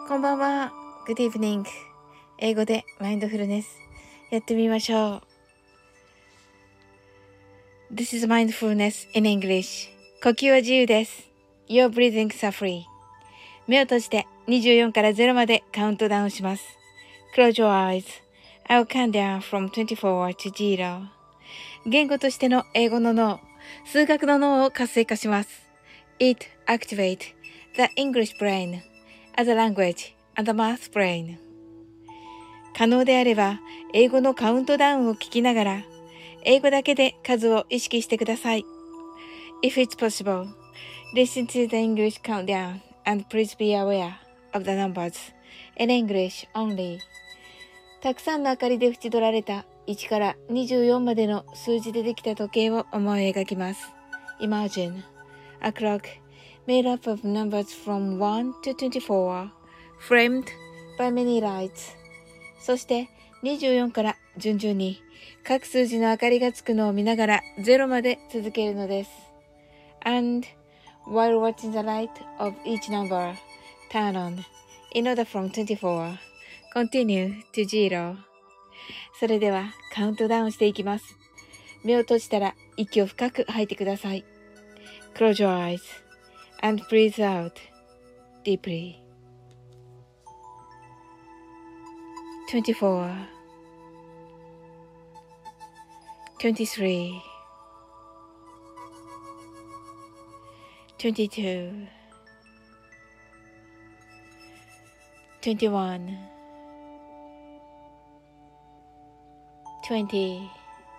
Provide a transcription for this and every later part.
こんばんは。Good evening. 英語でマインドフルネスやってみましょう。This is mindfulness in English. 呼吸は自由です。Your breathing are free. 目を閉じて24から0までカウントダウンします。Close your eyes. I'll count down from 24 to 0. 言語としての英語の脳、数学の脳を活性化します。It activates the English brain as a language and a math brain. 可能であれば、英語のカウントダウンを聞きながら、英語だけで数を意識してください。If it's possible, listen to the English countdown and please be aware of the numbers in English only. たくさんの明かりで縁取られた1から24までの数字でできた時計を思い描きます。Imagine a clock made up of numbers from 1 to 24, framed by many lights. そして24から順々に各数字の明かりがつくのを見ながら0まで続けるのです。And while watching the light of each number turn on in order from 24, continue to 0. それではカウントダウンしていきます。目を閉じたら息を深く吐いてください。Close your eyes and breathe out deeply. 24, 23, 22, 21, 20,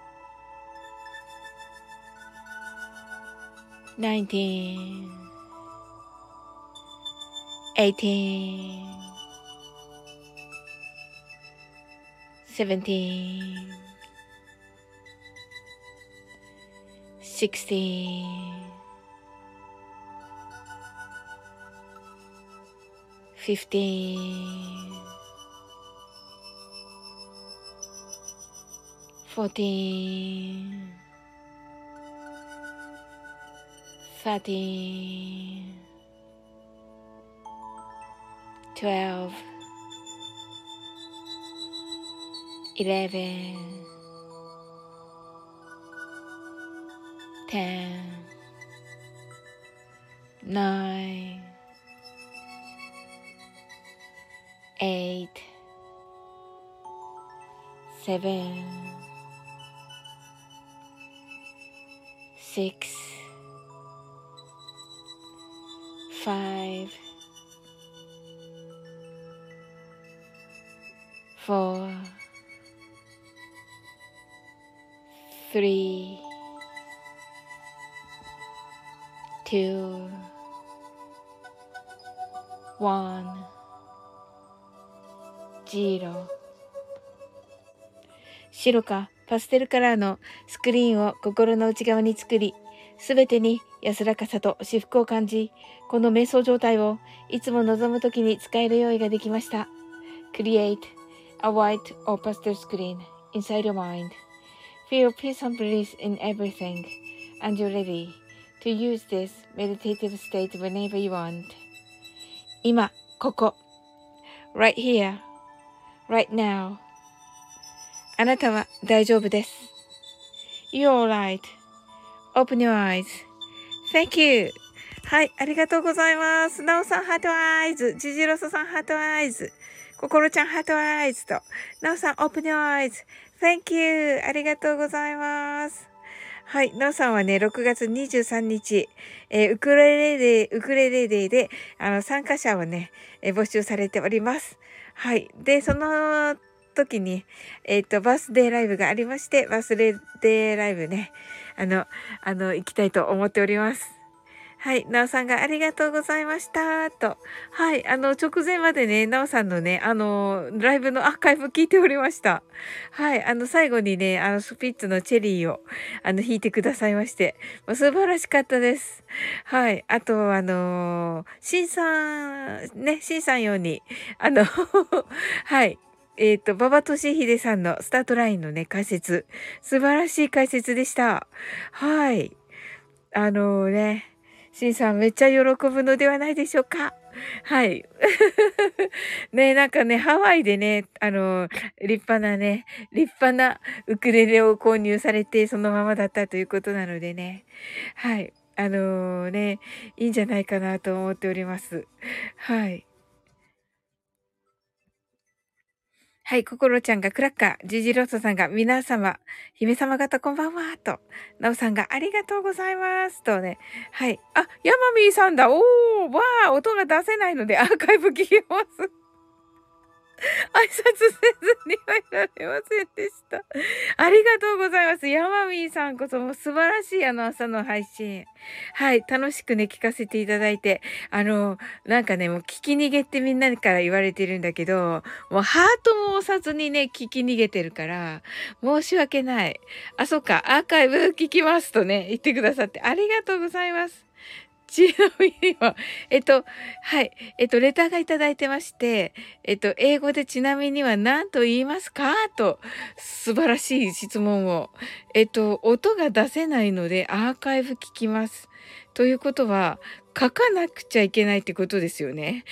19, 18, 17, 16, 15, 14, 13, 12, 11, 10, 9, 8, 7, 6, 5, 4, 3, 2, 1, 0。白かパステルカラーのスクリーンを心の内側に作り、すべてに安らかさと至福を感じ、この瞑想状態をいつも望むときに使える用意ができました。Create a white or pastel screen inside your mind. Feel peace and bliss in everything, and you're ready to use this meditative state whenever you want. 今、ここ。Right here, right now. あなたは大丈夫です。You're alright.Open your eyes. Thank you. はい、ありがとうございます。なおさんハートアイズ。ジジロソさんハートアイズ。こころちゃんハートアイズと。なおさん Open your eyes. Thank you. ありがとうございます。はい、なおさんはね、6月23日、ウクレレデーで、参加者をね、募集されております。はい。で、その時に、バースデーライブがありまして、バースデーライブね、行きたいと思っております。はい。なおさんがありがとうございました。と。はい。直前までね、なおさんのね、ライブのアーカイブ聞いておりました。はい。最後にね、スピッツのチェリーを、弾いてくださいまして、素晴らしかったです。はい。あと、シンさんように、はい。馬場俊秀さんのスタートラインのね、解説。素晴らしい解説でした。はい。シンさんめっちゃ喜ぶのではないでしょうか。はい。 ね、なんかね、ハワイでね、立派なウクレレを購入されて、そのままだったということなのでね。はい。いいんじゃないかなと思っております。はい。はい、心ちゃんがクラッカー、ジジロッソさんが皆様、姫様方こんばんは、と、ナオさんがありがとうございます、とね。はい。あ、ヤマミーさんだ。おー、わー、音が出せないのでアーカイブ聞けます。挨拶せずにはいられませんでした。ありがとうございます。ヤマミーさんこそもう素晴らしい朝の配信。はい、楽しくね、聞かせていただいて。なんかね、もう聞き逃げってみんなから言われてるんだけど、もうハートも押さずにね、聞き逃げてるから、申し訳ない。あ、そっか、アーカイブ聞きますとね、言ってくださってありがとうございます。ちなみには、はい、レターがいただいてまして、英語でちなみには何と言いますかと、素晴らしい質問を。音が出せないのでアーカイブ聞きます。ということは、書かなくちゃいけないってことですよね。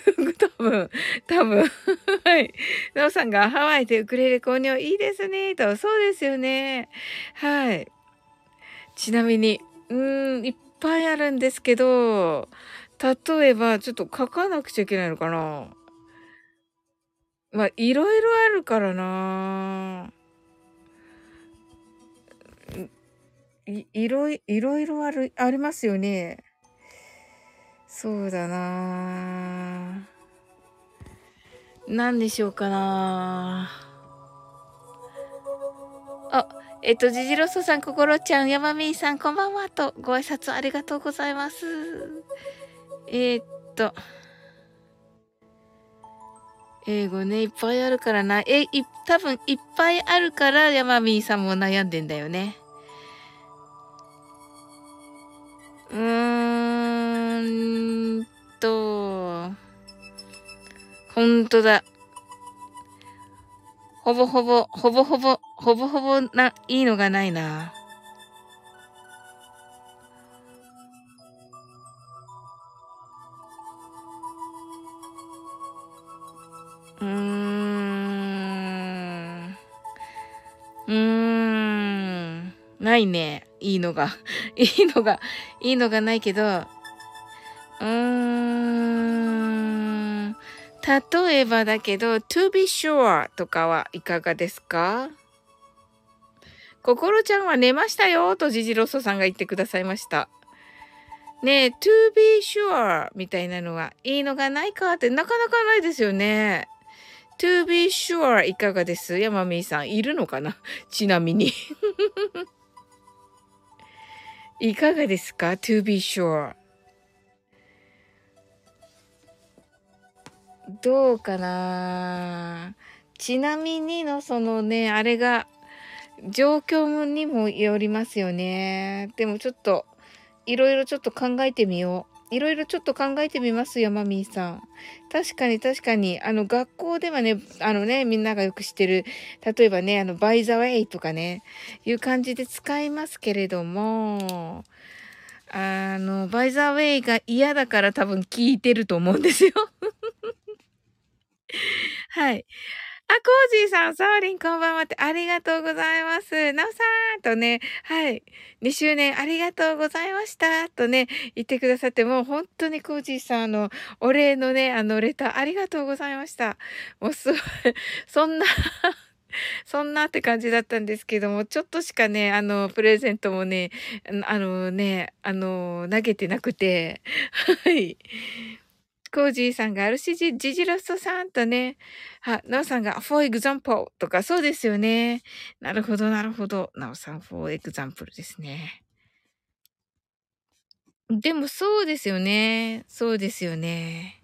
多分、はい。なおさんがハワイでウクレレ購入いいですね、と。そうですよね。はい。ちなみに、いっぱいあるんですけど、例えば、ちょっと書かなくちゃいけないのかな。まあ、いろいろあるからな。いろいろありますよね。そうだな。何でしょうかな。あ、ジジロソさん、ココロちゃん、ヤマミーさん、こんばんはと、ご挨拶ありがとうございます。えーっと、英語ね、いっぱいあるからな。多分いっぱいあるから、ヤマミーさんも悩んでんだよね。うーんと、ほんとだ。ほぼほぼいいのがないな。うーん。うーん。ないね。いいのが。いいのが、いいのがないけど、うーん。例えばだけど、to be sure とかはいかがですか？心ちゃんは寝ましたよとジジロッソさんが言ってくださいました。ねえ、to be sure みたいなのはいいのがないかってなかなかないですよね。to be sure いかがですヤマミーさんいるのかなちなみにいかがですか ?to be sure。どうかなちなみにのそのね、あれが状況にもよりますよね。でもちょっと、いろいろちょっと考えてみよう。いろいろちょっと考えてみますよ、マミーさん。確かに確かに、学校ではね、みんながよく知ってる、例えばね、by the way とかね、いう感じで使いますけれども、by the way が嫌だから多分聞いてると思うんですよ。はい。あ、コージーさん、サーリンこんばんはってありがとうございます。なおさんとね、はい。2周年ありがとうございました。とね、言ってくださって、もう本当にコージーさん、お礼のね、レターありがとうございました。もうすごい、そんなそんなって感じだったんですけども、ちょっとしかね、プレゼントもね、投げてなくて、はい。コージーさんがジジロストさんとね、ナオさんが for example とかそうですよね。なるほど、なるほど。ナオさん for example ですね。でもそうですよね。そうですよね。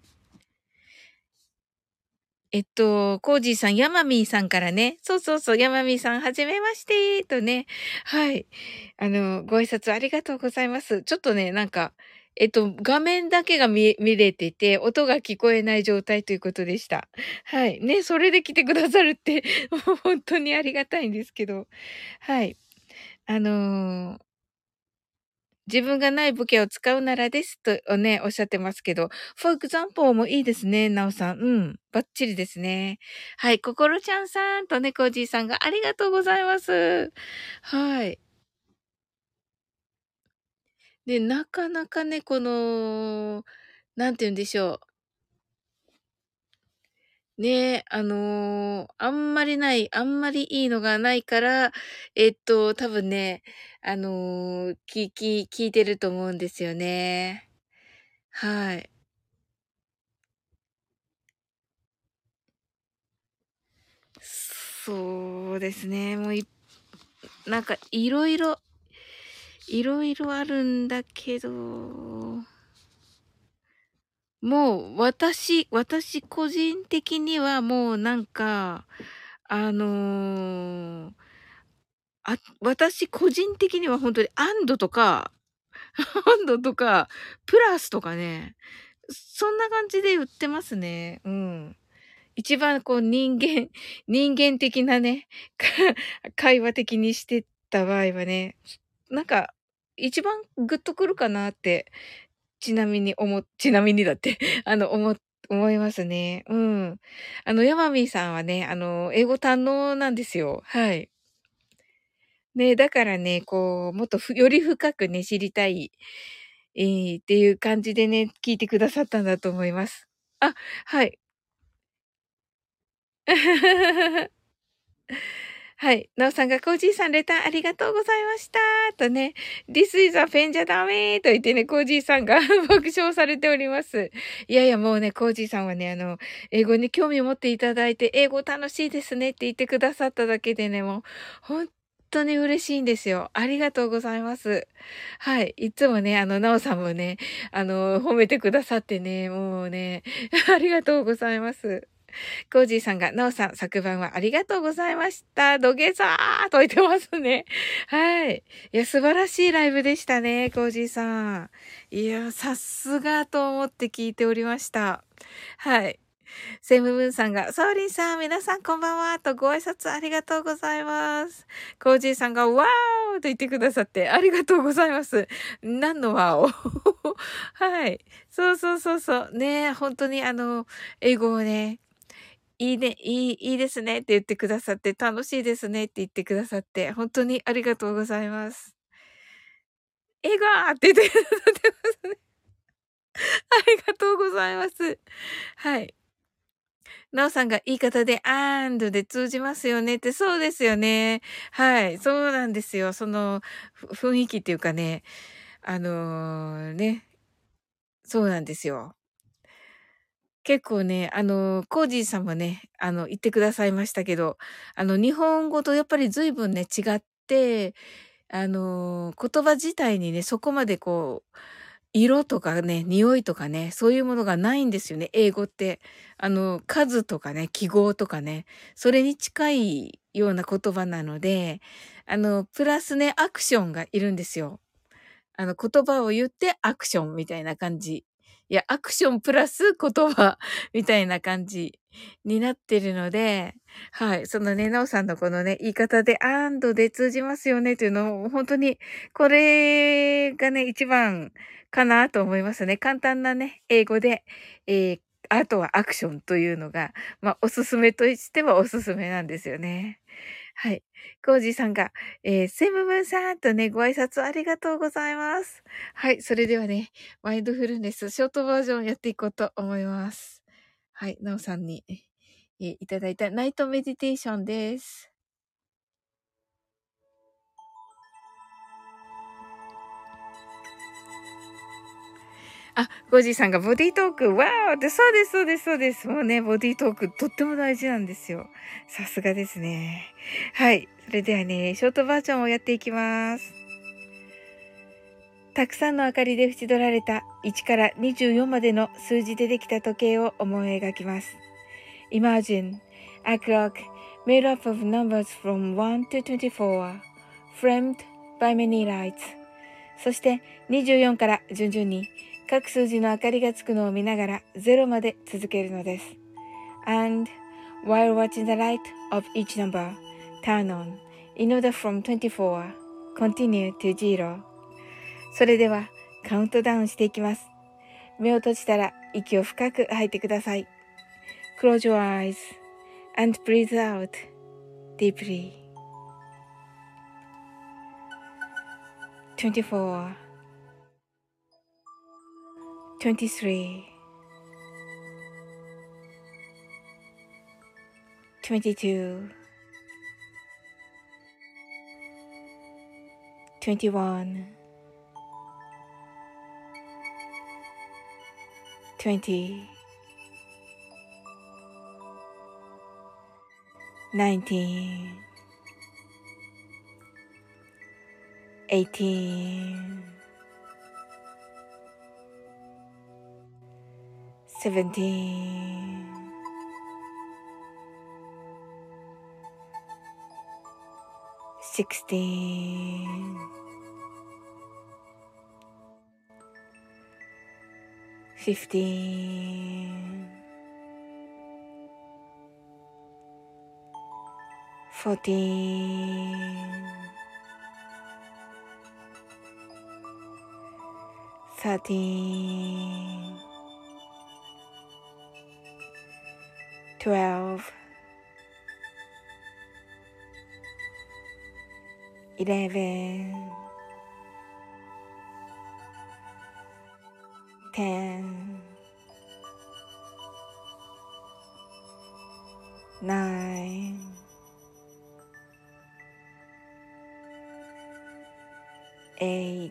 コージーさん、ヤマミーさんからね、そうそうそう、ヤマミーさん、はじめまして、とね、はい。ご挨拶ありがとうございます。ちょっとね、なんか、画面だけが見れてて、音が聞こえない状態ということでした。はい。ね、それで来てくださるって、もう本当にありがたいんですけど。はい。あのー自分がない武器を使うならですとね、おっしゃってますけど、for example もいいですね、なおさん。うん。バッチリですね。はい。こころちゃんさんとね、コージーさんがありがとうございます。はい。で、なかなかね、なんて言うんでしょう。ね、あんまりない、あんまりいいのがないから、多分ね、聞いてると思うんですよね。はい。そうですね。なんかいろいろあるんだけど、もう私個人的にはもうなんか、あのー私個人的には本当にアンドとか、アンドとか、プラスとかね、そんな感じで売ってますね。うん。一番こう人間的なね、会話的にしてった場合はね、なんか、一番グッとくるかなって、ちなみにだって、思いますね。うん。ヤマミーさんはね、英語堪能なんですよ。はい。ね、だからね、もっとより深くね、知りたい、っていう感じでね、聞いてくださったんだと思います。あ、はい。はい。なおさんが、コージーさんレターありがとうございました。とね、This is a pen じゃダメと言ってね、コージーさんが爆笑されております。いやいや、もうね、コージーさんはね、英語に興味を持っていただいて、英語楽しいですねって言ってくださっただけでね、もう、本当に嬉しいんですよ。ありがとうございます。はい。いつもね、なおさんもね、褒めてくださってね、もうね、ありがとうございます。コージーさんが、なおさん、昨晩はありがとうございました。土下座ーと言ってますね。はい。いや、素晴らしいライブでしたね、コージーさん。いや、さすがと思って聞いておりました。はい。セムムーンさんが、ソーリンさん、皆さんこんばんは、とご挨拶ありがとうございます。コージーさんが、ワーオと言ってくださって、ありがとうございます。何のワーオはい。そうそうそうそう。ね本当に英語をね、いいね、いいですねって言ってくださって、楽しいですねって言ってくださって、本当にありがとうございます。映画って言ってくださってますね。ありがとうございます。はい。なおさんが言い方で、アンドで通じますよねって、そうですよね。はい。そうなんですよ。雰囲気っていうかね、ね、そうなんですよ。結構ね、コージーさんもね、言ってくださいましたけど、日本語とやっぱり随分ね、違って、言葉自体にね、そこまで色とかね、匂いとかね、そういうものがないんですよね、英語って。数とかね、記号とかね、それに近いような言葉なので、プラスね、アクションがいるんですよ。言葉を言ってアクションみたいな感じ。いや、アクションプラス言葉みたいな感じになってるので、はい。そのね、なおさんのこのね、言い方で、アンドで通じますよねっていうのを、本当に、これがね、一番かなと思いますね。簡単なね、英語で、えーあとはアクションというのが、まあ、おすすめとしてはおすすめなんですよね。はい。コージーさんが、セムムーンさんとね、ご挨拶ありがとうございます。はい。それではね、マインドフルネス、ショートバージョンやっていこうと思います。はい。なおさんに、いただいたナイトメディテーションです。コージーさんがボディートーク、わーって、そうです、そうです、そうです。もうね、ボディートーク、とっても大事なんですよ。さすがですね。はい。それではね、ショートバージョンをやっていきます。たくさんの明かりで縁取られた1から24までの数字でできた時計を思い描きます。Imagine a clock made up of numbers from 1 to 24, framed by many lights. そして24から順々に各数字の明かりがつくのを見ながら0まで続けるのです。And while watching the light of each number turn on in order from 24, continue to 0. それでは、カウントダウンしていきます。目を閉じたら、息を深く吐いてください。Close your eyes and breathe out deeply. 24, 23, 22, 21, 20, 19, 18, 17, 16, 15, 14, 13, 12, 11, 10, 9, 8,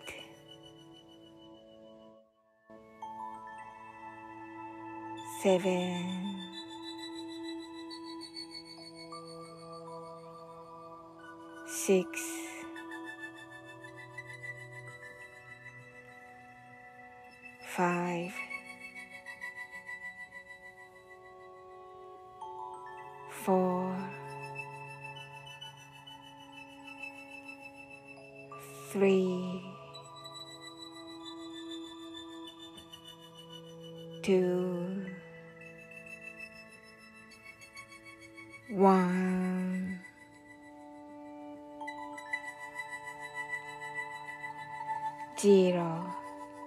7, 6, 5, 4, 3, 2, 1. 0.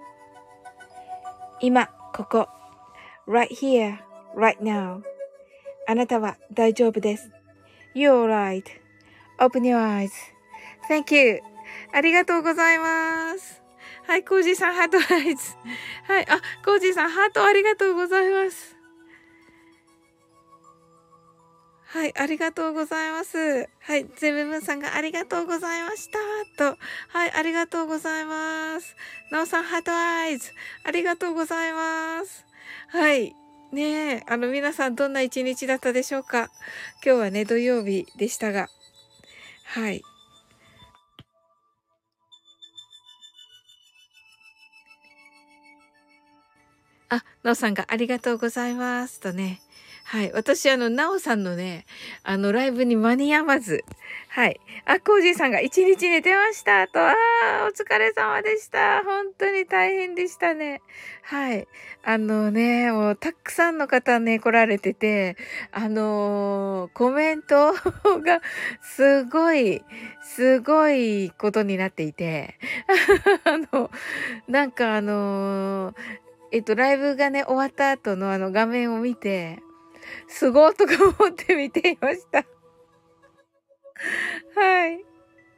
今、ここ。right here, right now. あなたは大丈夫です。You're right.Open your eyes. Thank you. ありがとうございます。はい、コージーさん、ハートアイズ。はい、コージーさん、ハートありがとうございます。はい、ありがとうございます。はい、ゼブムーンさんがありがとうございました。と、はい、ありがとうございます。なおさん、ハートアイズ。ありがとうございます。はい。ねえ、皆さんどんな一日だったでしょうか。今日はね、土曜日でしたが。はい。なおさんがありがとうございますとね。はい。私、なおさんのね、ライブに間に合わず。はい。コージーさんが一日寝てましたと。お疲れ様でした。本当に大変でしたね。はい。もう、たくさんの方ね、来られてて、コメントがすごいことになっていて、なんかライブがね、終わった後の画面を見て、すごーとか思って見ていました。はい。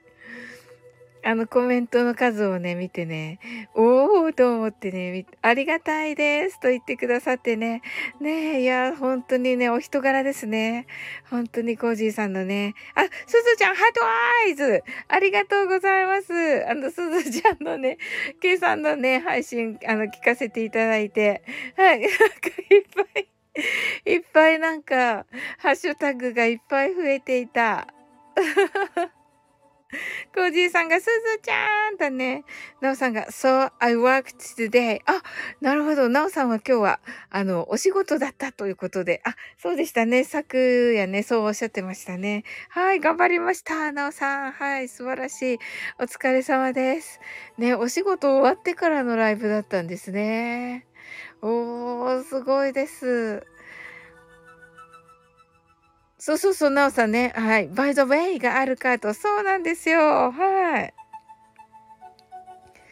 コメントの数をね、見てね、おーと思ってね、ありがたいですと言ってくださってね。ねえ、いや、本当にね、お人柄ですね。本当にコージーさんのね。すずちゃん、ハートアイズありがとうございます。すずちゃんのね、ケイさんのね、配信、聞かせていただいて。はい、なんかいっぱいなんか、ハッシュタグがいっぱい増えていた。コージーさんがすずちゃんだね。なおさんが So I worked today. なるほど。なおさんは今日は、お仕事だったということで。そうでしたね。昨夜ね、そうおっしゃってましたね。はい、頑張りました。なおさん。はい、素晴らしい。お疲れ様です。ね、お仕事終わってからのライブだったんですね。すごいです。そう、なおさんね。はい。by the way があるかと。そうなんですよ。はい。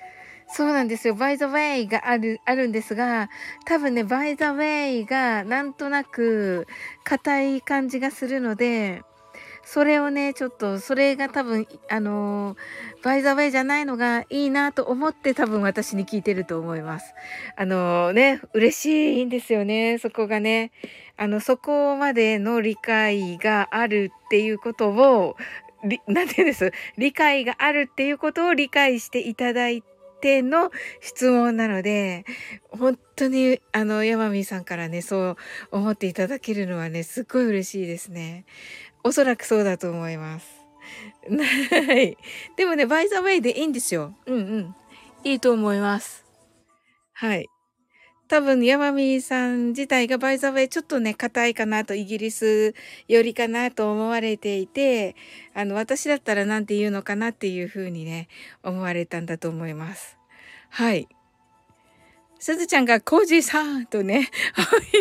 そうなんですよ。by the way があるんですが、多分ね、by the way がなんとなく硬い感じがするので、それをね、ちょっと、それが多分、バイザウェイじゃないのがいいなと思って多分私に聞いてると思います。ね、嬉しいんですよね、そこがね。そこまでの理解があるっていうことを、なんて言うんです、理解があるっていうことを理解していただいての質問なので、本当に、ヤマミーさんからね、そう思っていただけるのはね、すっごい嬉しいですね。おそらくそうだと思います。はい。でもね、バイザウェイでいいんですよ。うんうん。いいと思います。はい。多分、ヤマミーさん自体がバイザウェイちょっとね、硬いかなと、イギリス寄りかなと思われていて、私だったらなんて言うのかなっていうふうにね、思われたんだと思います。はい。すずちゃんがコージーさんとね、はい、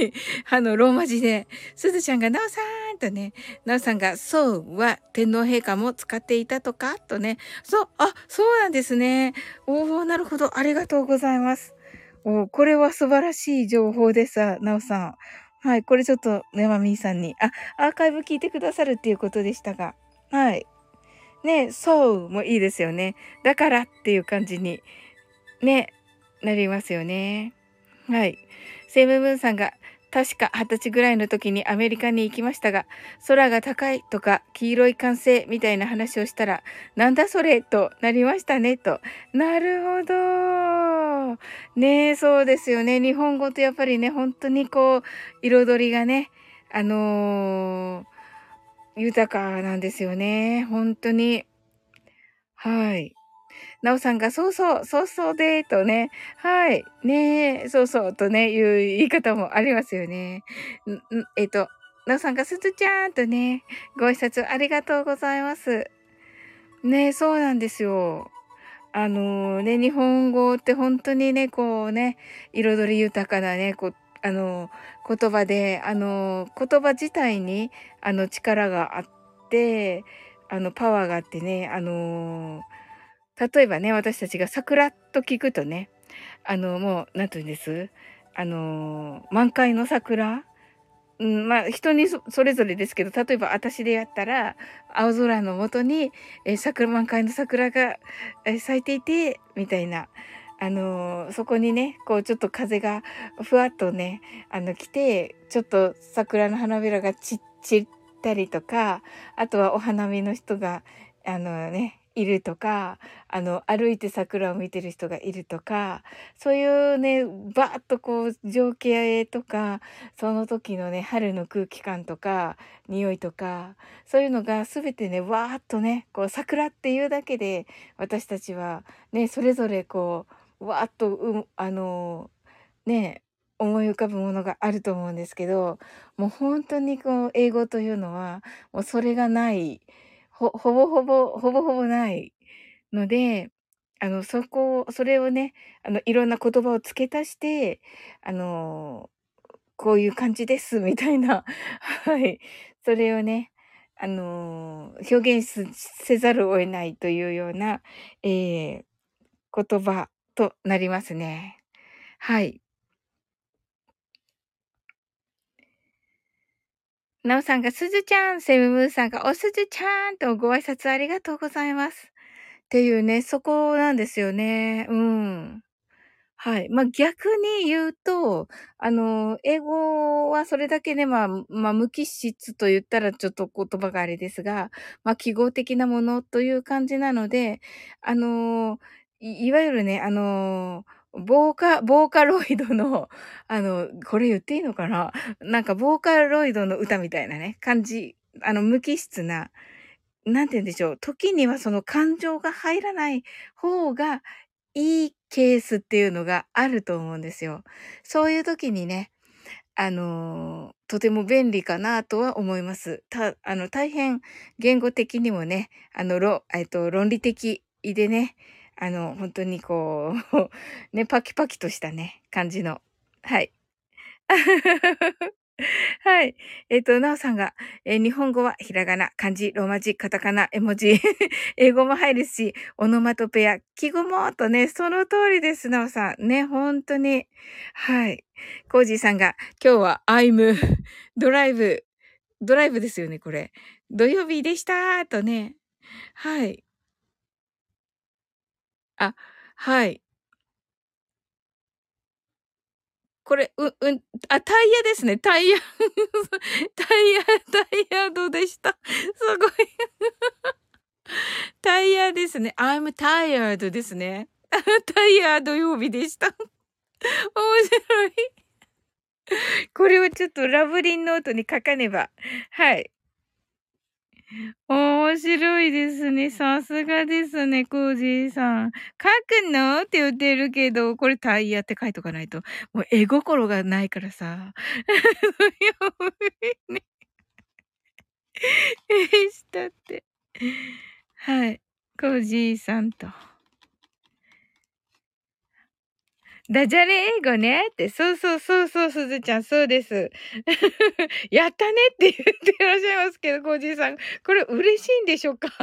ローマ字で、すずちゃんがなおさんとね、なおさんが、そうは天皇陛下も使っていたとかとね、そう、あ、そうなんですね。おー、なるほど。ありがとうございます。おー、これは素晴らしい情報です、なおさん。はい、これちょっと、ねまみーさんに、アーカイブ聞いてくださるっていうことでしたが、はい。ね、そうもいいですよね。だからっていう感じに、ね、なりますよね。はい。セイムムーンさんが、確か20歳ぐらいの時にアメリカに行きましたが、空が高いとか黄色い歓声みたいな話をしたら、なんだそれとなりましたねと。なるほど。ねえ、そうですよね。日本語とやっぱりね、本当にこう、彩りがね、あの豊かなんですよね。本当に。はい。なおさんが、そうそう、そうそうで、とね。はい。ねえ、そうそう、とね、いう言い方もありますよね。なおさんが、すずちゃんとね、ご挨拶ありがとうございます。ねえ、そうなんですよ。ね、日本語って本当にね、こうね、彩り豊かなね、言葉で、言葉自体に、力があって、パワーがあってね、例えばね、私たちが桜と聞くとね、もう、なんて言うんです？満開の桜、うん、まあ、人にそれぞれですけど、例えば私でやったら、青空の下に、満開の桜が、咲いていて、みたいな。そこにね、こうちょっと風がふわっとね、来て、ちょっと桜の花びらが散ったりとか、あとはお花見の人が、いるとか、歩いて桜を見てる人がいるとか、そういうね、バーッとこう情景とか、その時のね、春の空気感とか、匂いとか、そういうのが全てね、わーっとね、こう桜っていうだけで、私たちはね、それぞれこう、わーっと、ね、思い浮かぶものがあると思うんですけど、もう本当にこう、英語というのは、もうそれがない、ほぼほぼないので、それをね、いろんな言葉を付け足して、あの、こういう感じですみたいな、はい。それをね、表現せざるを得ないというような、ええ、言葉となりますね。はい。なおさんがすずちゃん、セムムーンさんがおすずちゃんとご挨拶ありがとうございます。っていうね、そこなんですよね。うん。はい。逆に言うと、英語はそれだけね、無機質と言ったらちょっと言葉があれですが、記号的なものという感じなので、あの、いわゆるね、ボーカロイドの、これ言っていいのかな、なんかボーカロイドの歌みたいなね、感じ、無機質な、なんて言うんでしょう、時にはその感情が入らない方がいいケースっていうのがあると思うんですよ。そういう時にね、とても便利かなとは思います。大変言語的にもね、論理的でね、本当にこうね、パキパキとしたね、感じの。はい。 はい。なおさんが、日本語はひらがな、漢字、ローマ字、カタカナ、絵文字、英語も入るし、オノマトペや記号もとね、その通りです、なおさん。ね、本当に。はい。コージーさんが、今日は I'm ドライブ、ドライブですよね、これ。土曜日でしたとね。はい。あ、はい。これ、タイヤですね。タイヤ。タイヤドでした。すごい。タイヤですね。I'm tired ですね。タイヤ土曜日でした。面白い。これをちょっとラブリンノートに書かねば。はい。面白いですね。さすがですね、コージーさん。書くのって言ってるけど、これタイヤって書いとかないと。もう絵心がないからさ。やばいね。したって。はい。コージーさんと。ダジャレ英語ねって。そうそうそうそう、すずちゃん、そうです。やったねって言ってらっしゃいますけど、コージーさん。これ嬉しいんでしょうか？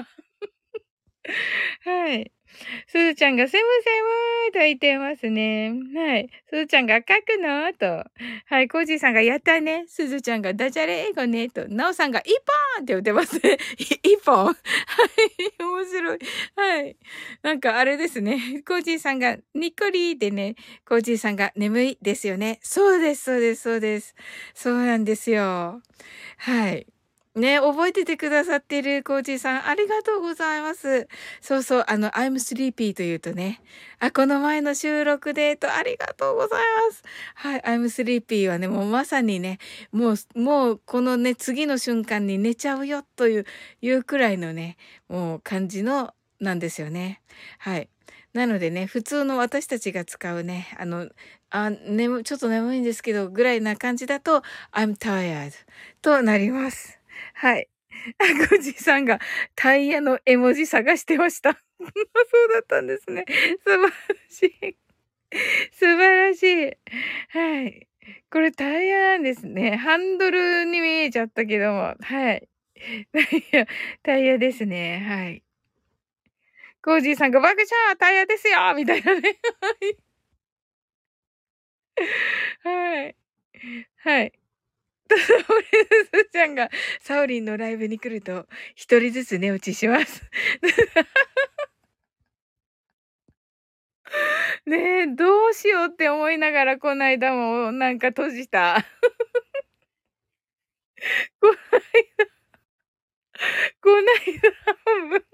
はい。すずちゃんがセムセムと言ってますね。はい。すずちゃんが書くのと。はい。コージーさんがやったね。すずちゃんがダジャレ英語ねと。なおさんが一本って言ってますね。一本。はい。面白い。はい。なんかあれですね。コージーさんがにっこりでね。コージーさんが眠いですよね。そうです、そうです、そうです。そうなんですよ。はい。ね、覚えててくださってるコージーさん、ありがとうございます。そうそう、I'm sleepy というとね、この前の収録でありがとうございます。はい、I'm sleepy はね、もうまさにね、もうこのね、次の瞬間に寝ちゃうよというくらいのね、もう感じの、なんですよね。はい。なのでね、普通の私たちが使うね、ちょっと眠いんですけど、ぐらいな感じだと、I'm tired となります。はい。コジさんがタイヤの絵文字探してました。そうだったんですね。素晴らしい。素晴らしい。はい。これタイヤなんですね。ハンドルに見えちゃったけども。はい。タイヤですね。はい。コージーさんがバクチャータイヤですよみたいなね。はい。はい。サオリンスちゃんが、サオリンのライブに来ると、一人ずつ寝落ちします。ねえ、どうしようって思いながら、こないだもなんか閉じた。ここないだ半分、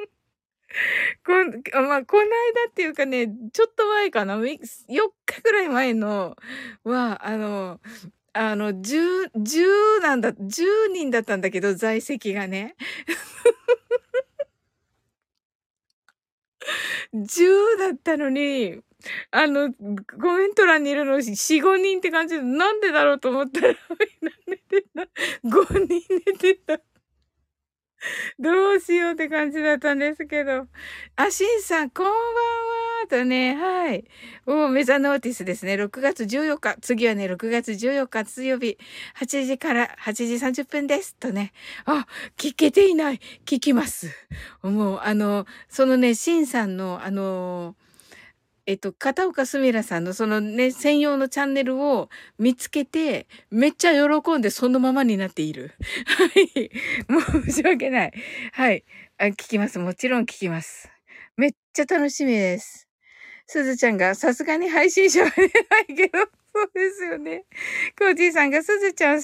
こないだっていうかね、ちょっと前かな、4日ぐらい前のは、10人だったんだけど、在籍がね。10だったのに、コメント欄にいるの4、5人って感じで、なんでだろうと思ったら、みんな寝てた。5人寝てた。どうしようって感じだったんですけど。しんさん、こんばんはとね、はい。メザノーティスですね。6月14日。次はね、6月14日水曜日、8時から8時30分です。とね。聞けていない。聞きます。もう、そのね、しんさんの、片岡すみらさんのそのね、専用のチャンネルを見つけて、めっちゃ喜んでそのままになっている。はい。申し訳ない。はい。聞きます。もちろん聞きます。めっちゃ楽しみです。すずちゃんが、さすがに配信者は出ないけど、そうですよね。コージーさんが、すずちゃん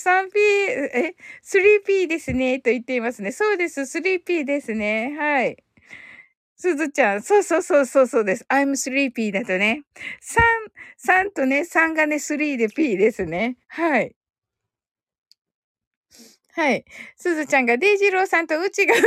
3P ですね、と言っていますね。そうです、3P ですね。はい。すずちゃん、そうそうそうそうそうです。I'm 3P だとね。3とね、3がね、3で P ですね。はい。はい。すずちゃんが、デイジローさんとうちが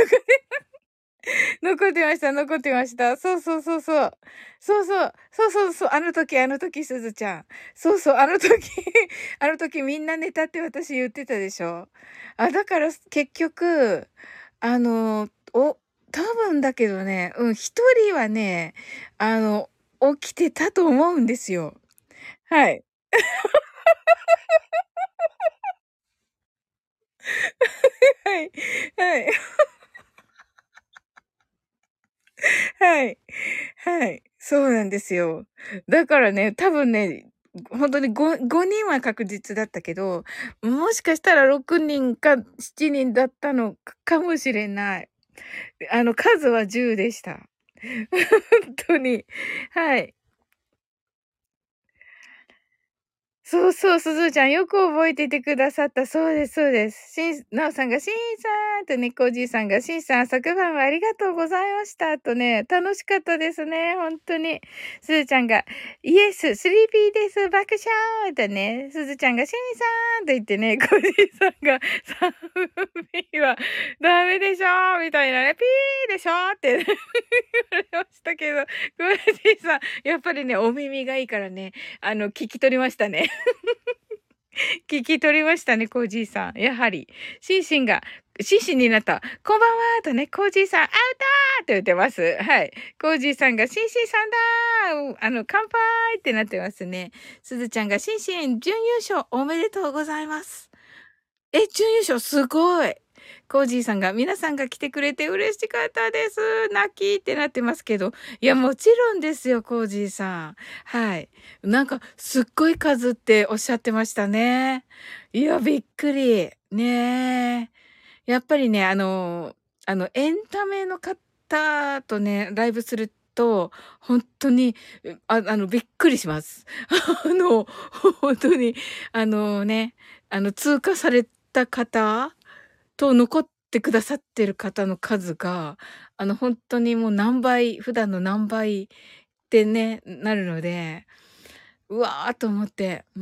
残ってました。そうそうそうそう。そうそう。そうそうそう。あの時、すずちゃん。そうそう、あの時あの時みんな寝たって私言ってたでしょ。だから結局、多分だけどね、一人はね、あの、起きてたと思うんですよ。はい。 い。はい。はい。はい。そうなんですよ。だからね、多分ね、本当に5人は確実だったけど、もしかしたら6人か7人だったのかもしれない。数は10でした。本当に。はい。そうそう、すずちゃんよく覚えててくださった。そうですそうです。なおさんが、しんさんとね、こうじいさんが、しんさん、昨晩はありがとうございました。とね、楽しかったですね、ほんとに。すずちゃんが、イエス、スリーピーです、爆笑とね、すずちゃんが、しんさんと言ってね、こうじいさんが、サムピーはダメでしょみたいなね、ピーでしょって言われましたけど、こうじいさん、やっぱりね、お耳がいいからね、聞き取りましたね。聞き取りましたね、コージーさん。やはり。シンシンが、シンシンになった。こんばんはとね、コージーさん、アウトーって言ってます。はい。コージーさんが、シンシンさんだー乾杯ってなってますね。すずちゃんが、シンシン、準優勝おめでとうございます。準優勝すごい。コージーさんが、皆さんが来てくれて嬉しかったです。泣きってなってますけど。いや、もちろんですよ、コージーさん。はい。なんか、すっごい数っておっしゃってましたね。いや、びっくり。ねえ。やっぱりね、エンタメの方とね、ライブすると、本当に、びっくりします。本当に、ね、通過された方と残ってくださってる方の数が、本当にもう何倍、普段の何倍ってね、なるので、うわーと思って、うん。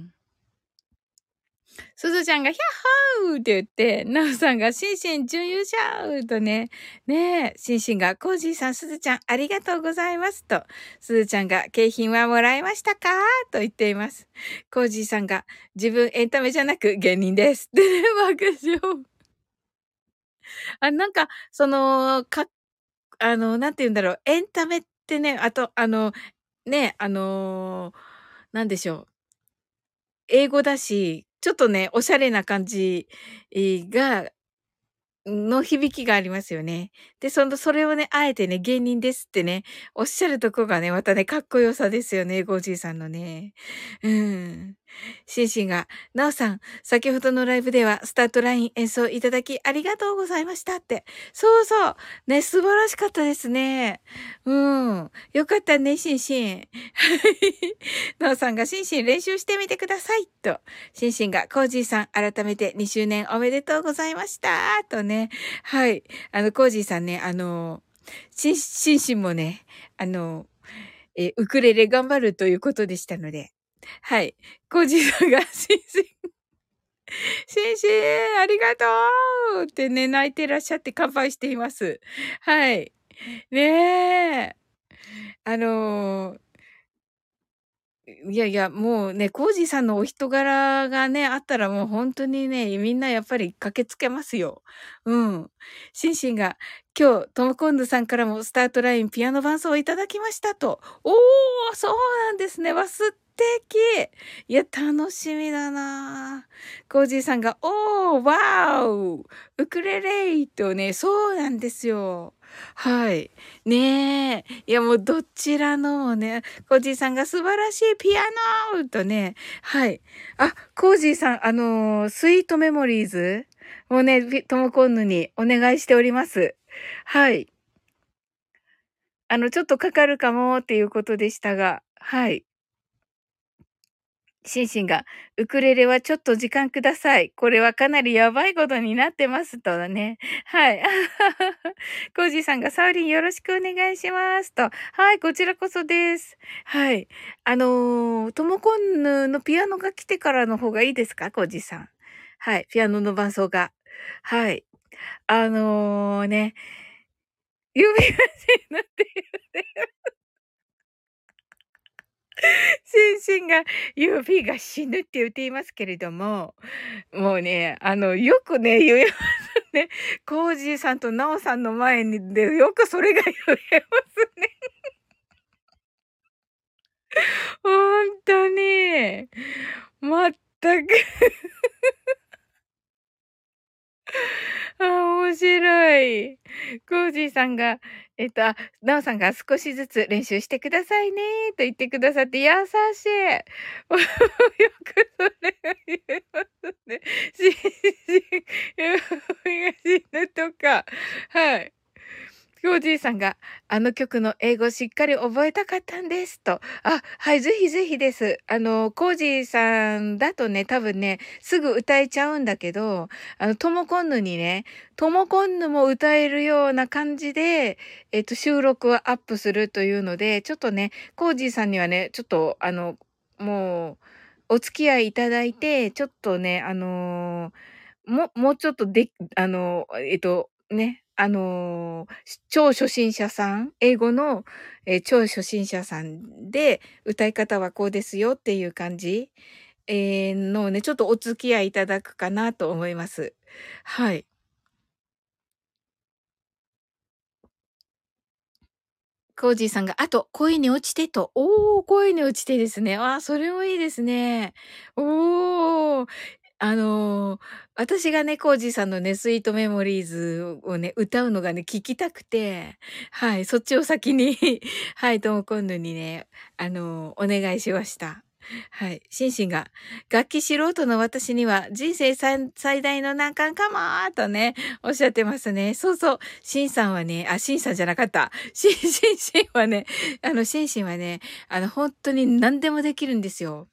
すずちゃんが、ヒャッホーって言って、なおさんが、シンシン準優勝とね、ねえ、シンシンが、コージーさん、すずちゃん、ありがとうございますと、すずちゃんが、景品はもらいましたかと言っています。コージーさんが、自分エンタメじゃなく芸人です。でね、爆笑。なんか、なんて言うんだろう、エンタメってね、あと、ね、なんでしょう、英語だし、ちょっとね、おしゃれな感じがの響きがありますよね。で、それをね、あえてね、芸人ですってね、おっしゃるとこがね、またね、かっこよさですよね、ゴージーさんのね。うん。シンシンが、ナオさん、先ほどのライブではスタートライン演奏いただきありがとうございましたって。そうそう。ね、素晴らしかったですね。うん。よかったね、シンシン。ナオさんが、シンシン練習してみてください。と。シンシンが、コージーさん、改めて2周年おめでとうございました。とね。はい。コージーさんね、シンシンもね、あの、ウクレレ頑張るということでしたので、はい。コージーさんが、シンシン、ありがとうってね、泣いてらっしゃって乾杯しています。はい。ねえ。あのいやいや、もうね、コージーさんのお人柄がね、あったらもう本当にね、みんなやっぱり駆けつけますよ。うん。シンシンが、今日、トムコンヌさんからもスタートラインピアノ伴奏をいただきましたと。おー、そうなんですね。素敵。いや、楽しみだなコージーさんが、おー、ワーオウクレレとね、そうなんですよ。はい。ねえ。いや、もうどちらのもね、コージーさんが素晴らしいピアノとね、はい。コージーさん、スイートメモリーズをね、トモコンヌにお願いしております。はい。ちょっとかかるかもっていうことでしたが、はい。シンシンが、ウクレレはちょっと時間ください。これはかなりやばいことになってますとね。はい。コージーさんが、サウリンよろしくお願いしますと。はい、こちらこそです。はい。トモコンヌのピアノが来てからの方がいいですかコージーさん。はい、ピアノの伴奏が。はい。ね、指が死ぬって言ってシンシンが指が死ぬって言っていますけれども、もうね、よくね、言えますね。コージーさんとナオさんの前にで、よくそれが言えますね。ほんとに。まったくい。コージーさんが、ナオさんが少しずつ練習してくださいね、と言ってくださって優しい。よくそれが言えますね。しん死ぬとか。はい。コージーさんが、あの曲の英語しっかり覚えたかったんです。と。あ、はい、ぜひぜひです。コージーさんだとね、多分ね、すぐ歌えちゃうんだけど、トモコンヌにね、トモコンヌも歌えるような感じで、収録をアップするというので、ちょっとね、コージーさんにはね、ちょっと、もう、お付き合いいただいて、ちょっとね、もうちょっとで、ね、超初心者さん、英語の、超初心者さんで、歌い方はこうですよっていう感じ、のね、ちょっとお付き合いいただくかなと思います。はい。コージーさんが、あと、恋に落ちてと。おー、恋に落ちてですね。ああ、それもいいですね。おー。あのー私がね、コージーさんのね、スイートメモリーズをね、歌うのがね、聞きたくて、はい、そっちを先にはい、ともこんぬにね、お願いしました。はい。シンシンが、楽器素人の私には人生最大の難関かもーとね、おっしゃってますね。そうそう。シンさんはね、シンさんじゃなかった。シンはね、シンシンはね、本当に何でもできるんですよ。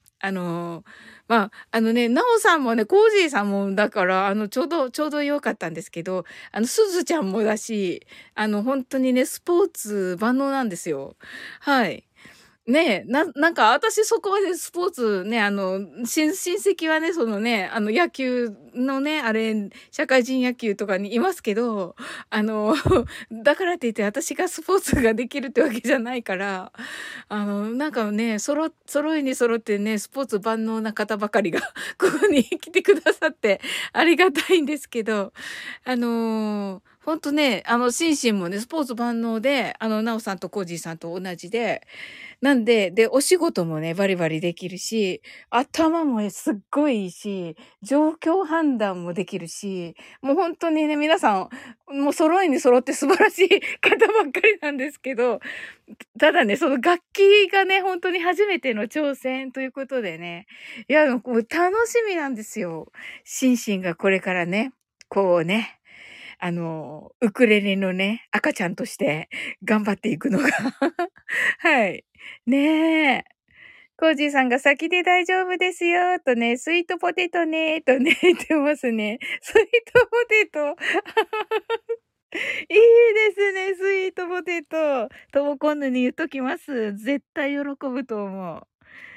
ナオさんもね、コージーさんも、だから、ちょうど良かったんですけど、すずちゃんもだし、本当にね、スポーツ万能なんですよ。はい。ねえ、なんか私そこまでスポーツね、親戚はね、そのね、野球のね、あれ、社会人野球とかにいますけど、あの、だからって言って私がスポーツができるってわけじゃないから、なんかね、揃いに揃ってね、スポーツ万能な方ばかりがここに来てくださってありがたいんですけど、ほんとね、シンシンもね、スポーツ万能で、ナオさんとコージーさんと同じで、なんで、お仕事もね、バリバリできるし、頭もすっごいいいし、状況判断もできるし、もう本当にね、皆さん、もう揃いに揃って素晴らしい方ばっかりなんですけど、ただね、その楽器がね、本当に初めての挑戦ということでね、いや、もう楽しみなんですよ。シンシンがこれからね、こうね、ウクレレのね、赤ちゃんとして頑張っていくのがはい。ねえ。コージーさんが先で大丈夫ですよ、とね、スイートポテトね、とね、言ってますね。スイートポテト。いいですね、スイートポテト。ともこんぬに言っときます。絶対喜ぶと思う。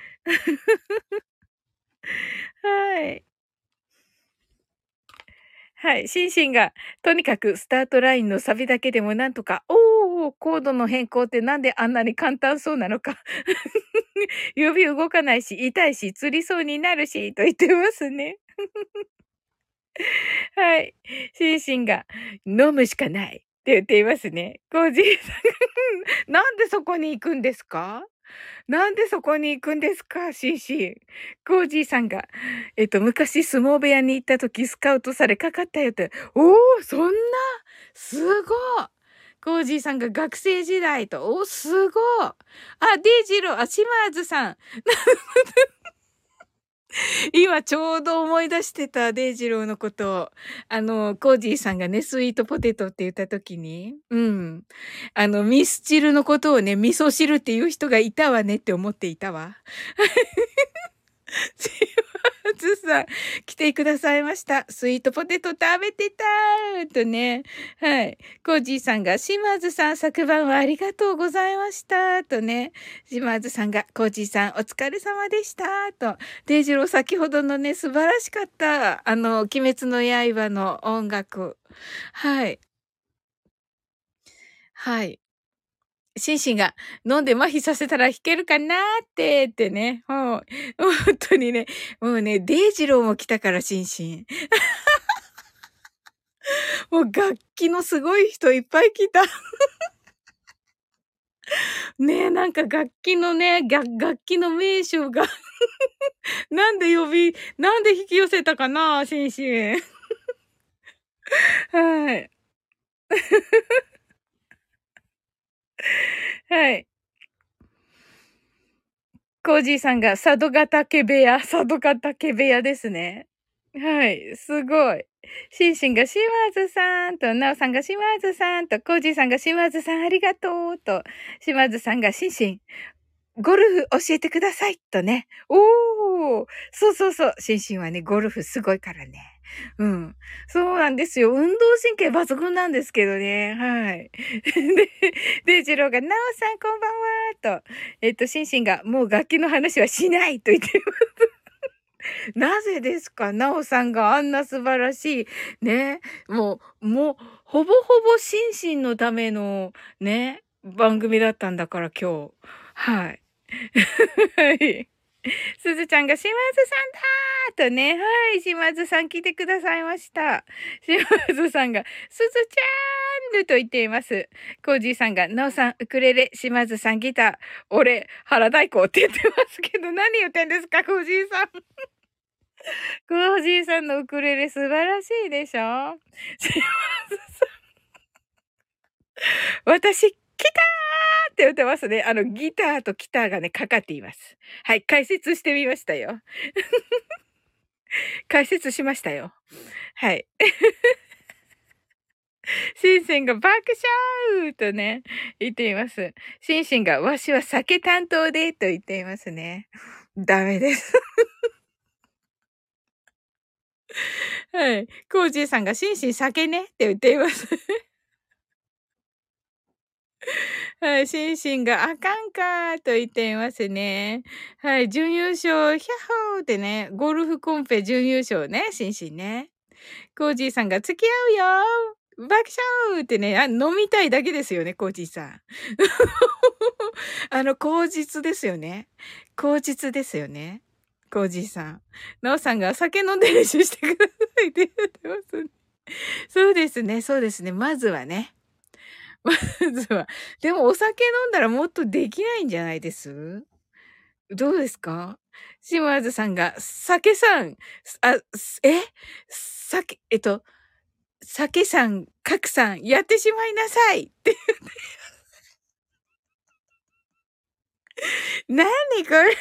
はい。はい。シンシンが、とにかくスタートラインのサビだけでもなんとか、コードの変更ってなんであんなに簡単そうなのか。指動かないし、痛いし、釣りそうになるし、と言ってますね。はい。シンシンが、飲むしかないって言っていますね。コージーさん。なんでそこに行くんですか？なんでそこに行くんですか？シンシン。コージーさんが、昔相撲部屋に行った時スカウトされかかったよって。おー、そんなすごい。コージーさんが学生時代と、すごい。あ、デイジロー、島津さん。今ちょうど思い出してた、デイジローのこと。コージーさんがね、スイートポテトって言った時に、うん。ミスチルのことをね、味噌汁っていう人がいたわねって思っていたわ。島津さん、来てくださいました。スイートポテト食べてたーとね。はい。コージーさんが、島津さん昨晩はありがとうございましたとね。島津さんが、コージーさんお疲れ様でしたと。デイジロー先ほどのね、素晴らしかった。鬼滅の刃の音楽。はい。はい。シンシンが飲んで麻痺させたら弾けるかなってね。もう、本当にね、もうね、デイジローも来たからシンシン。もう楽器のすごい人いっぱい来た。ねえ、なんか楽器のね、楽器の名手がなんで引き寄せたかな、シンシン。はい。 はい。コージーさんが佐渡ヶ嶽部屋、佐渡ヶ嶽部屋ですね。はい、すごい。シンシンが島津さんと、ナオさんが島津さんと、コージーさんが島津さんありがとうと、島津さんがシンシン、ゴルフ教えてくださいとね。おー、そうそうそう。シンシンはね、ゴルフすごいからね。うん。そうなんですよ。運動神経抜群なんですけどね。はい。で、ジローが、ナオさんこんばんはと、シンシンが、もう楽器の話はしないと言ってます。なぜですか？ナオさんがあんな素晴らしい、ね、もう、ほぼほぼシンシンのための、ね、番組だったんだから今日。はい。はい。すずちゃんが島津さんだーとね、はい、島津さん来てくださいました。島津さんが、すずちゃーんと言っています。コージーさんが、なおさん、ウクレレ、島津さんギター、俺、原太鼓って言ってますけど、何言ってんですか、コージーさん。コージーさんのウクレレ素晴らしいでしょ？島津さん、私、ギターって言ってますね。ギターとギターがね、かかっています。はい、解説してみましたよ。解説しましたよ。はい。シンシンが爆笑とね、言っています。シンシンがわしは酒担当でと言っていますね。ダメです。はい。コージーさんがシンシン酒ねって言っています。はい。シンシンがあかんかと言っていますね。はい。準優勝、ヒャッホーってね、ゴルフコンペ準優勝ね、シンシンね。コージーさんが付き合うよ爆笑ってね、飲みたいだけですよね、コージーさん。口実ですよね。口実ですよね。コージーさん。なおさんが酒飲んで練習してくださいって言ってます。そうですね、そうですね。まずはね。まずは。でもお酒飲んだらもっとできないんじゃないです？どうですか？島津さんが、酒さん、酒、酒さん、角さん、やってしまいなさいって。なにこれ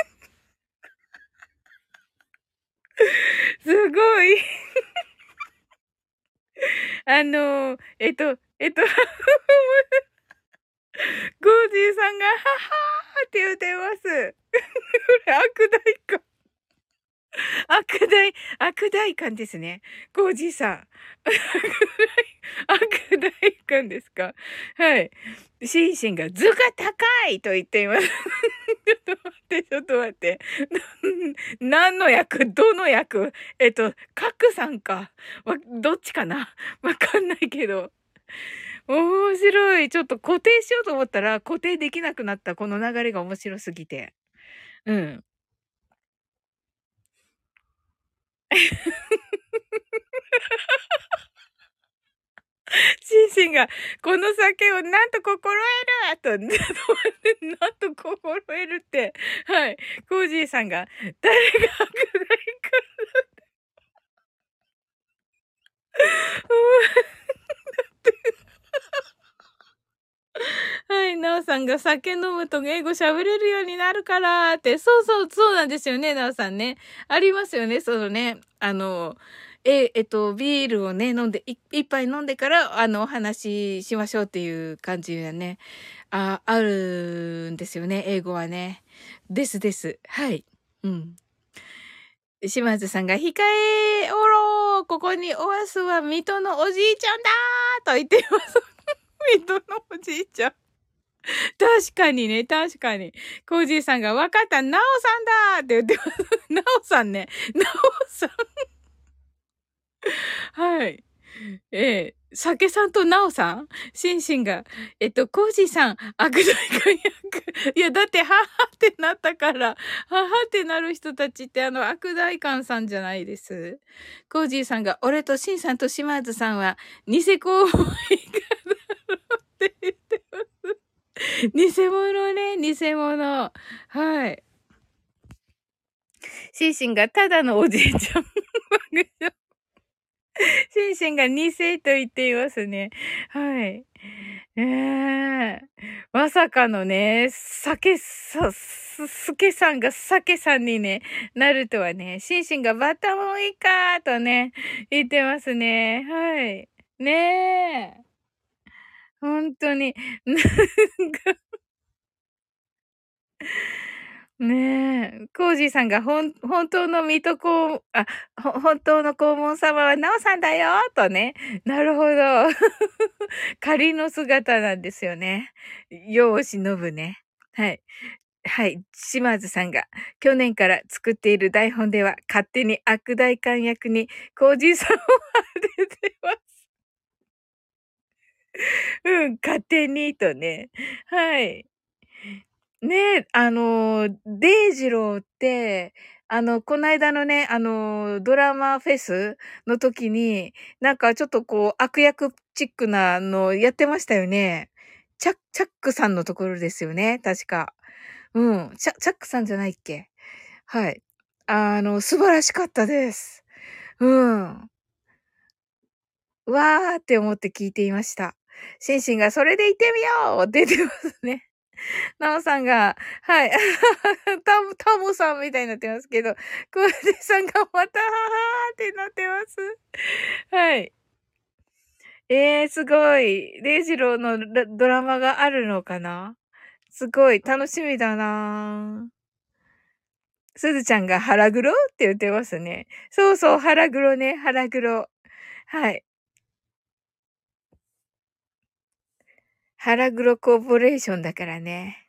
すごい。ゴージーさんが、ははーって言ってます。これ悪大感。悪大感ですね。ゴージーさん。悪大感ですか？はい。シンシンが図が高いと言っています。ちょっと待って、ちょっと待って。何の役？どの役？カクさんか。どっちかな？わかんないけど。面白い。ちょっと固定しようと思ったら固定できなくなったこの流れが面白すぎて。うん。シンシンが、この酒をなんと心得ると、なんと心得るって、はい。コージーさんが、誰が悪大か。はい、なおさんが酒飲むと英語喋れるようになるからって、そうそう、そうなんですよね、なおさんね。ありますよね、そのね、ビールをね、飲んで、一杯飲んでから、お話ししましょうっていう感じがね、あるんですよね、英語はね。ですです。はい。うん。島津さんが、控えおろーここにおわすは水戸のおじいちゃんだーと言っています。水戸のおじいちゃん。確かにね、確かに。コージーさんが、わかった、ナオさんだって言ってます。ナオさんね。ナオさん。はい。酒さんとナオさんシンシンが、コージーさん、悪大官役。いや、だって、ははってなったから、ははってなる人たちって、悪大官さんじゃないです。コージーさんが、俺とシンさんと島津さんは、ニセコウモリかだろうって言ってます。偽物ね、偽物。はい。シンシンがただのおじいちゃん。 シンシンが2世と言っていますね。はい。まさかのね、すけさんがさけさんにね、なるとはね、シンシンがバッタモンいいかーとね、言ってますね。はい。ねえ。ほんとに。なんかねえ、コージーさんが本当の水戸黄本当の黄門様はナオさんだよとね。なるほど。仮の姿なんですよね。世を忍ぶね。はい。はい。島津さんが、去年から作っている台本では、勝手に悪代官役に、コージーさんを当ててます。うん、勝手にとね。はい。ね、デイジローって、こないだのね、ドラマフェスの時に、なんかちょっとこう、悪役チックなのやってましたよね。チャックさんのところですよね、確か。うん。チャックさんじゃないっけ？はい。素晴らしかったです。うん。わーって思って聞いていました。シンシンがそれで行ってみようって言ってますね。なおさんが、はい。タモさんみたいになってますけど、クワデさんがまた、ははーってなってます。はい。すごい。デイジローのドラマがあるのかな？すごい、楽しみだな。すずちゃんが腹黒って言ってますね。そうそう、腹黒ね、腹黒。はい。腹黒コーポレーションだからね。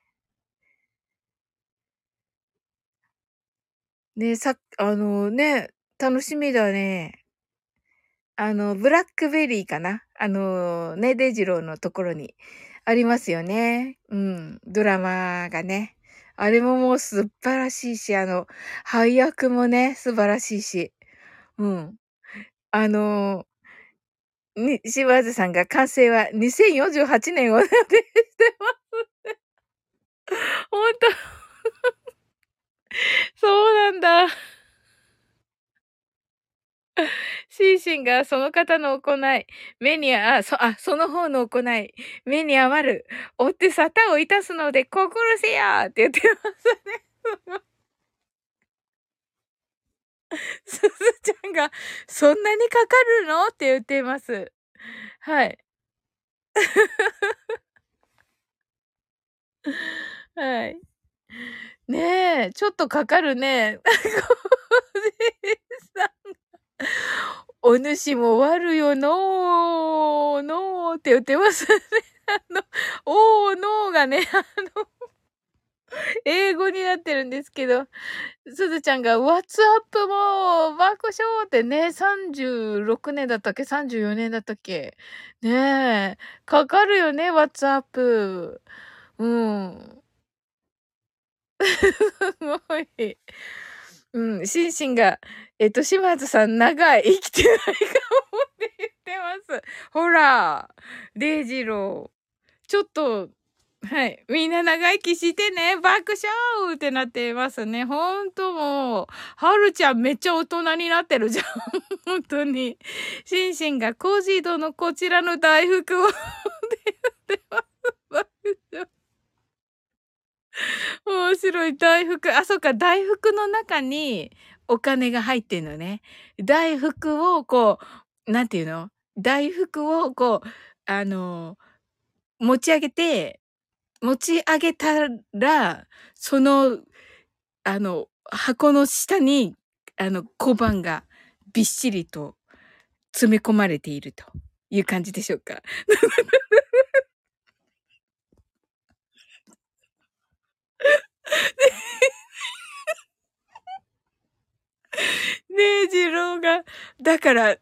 ね、ね、楽しみだね。ブラックベリーかな？ね、デイジローのところにありますよね。うん、ドラマがね。あれももう素晴らしいし、配役もね、素晴らしいし。うん。あの、島津さんが完成は2048年を予定してます。ほんと、そうなんだ。シンシンがその方の行い、目にその方の行い、目に余る。追って沙汰をいたすので心せやって言ってますね。すずちゃんが、そんなにかかるのって言っています。はい。はい。ねえ、ちょっとかかるね。おじさん。お主も悪よのー、のーって言ってますね。おー、のーがね、英語になってるんですけど、すずちゃんが、What's up もう、爆笑ってね、36年だったっけ ?34 年だったっけねえ、かかるよね、What's up。うん。すごい。うん、シンシンが、島津さん長い、生きてないかもって言ってます。ほら、デイジロー。ちょっと、はい。みんな長生きしてね。爆笑ってなってますね。ほんともう、はるちゃんめっちゃ大人になってるじゃん。ほんとに。シンシンがコージードのこちらの大福をって言ってます。爆笑。面白い。大福。あ、そっか。大福の中にお金が入ってんのね。大福をこう、なんていうの？大福をこう、あの、持ち上げて、持ち上げたら、その、箱の下に、小判がびっしりと詰め込まれているという感じでしょうか。ねえ、次郎が、だから、こ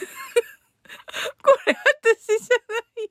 れ私じゃない。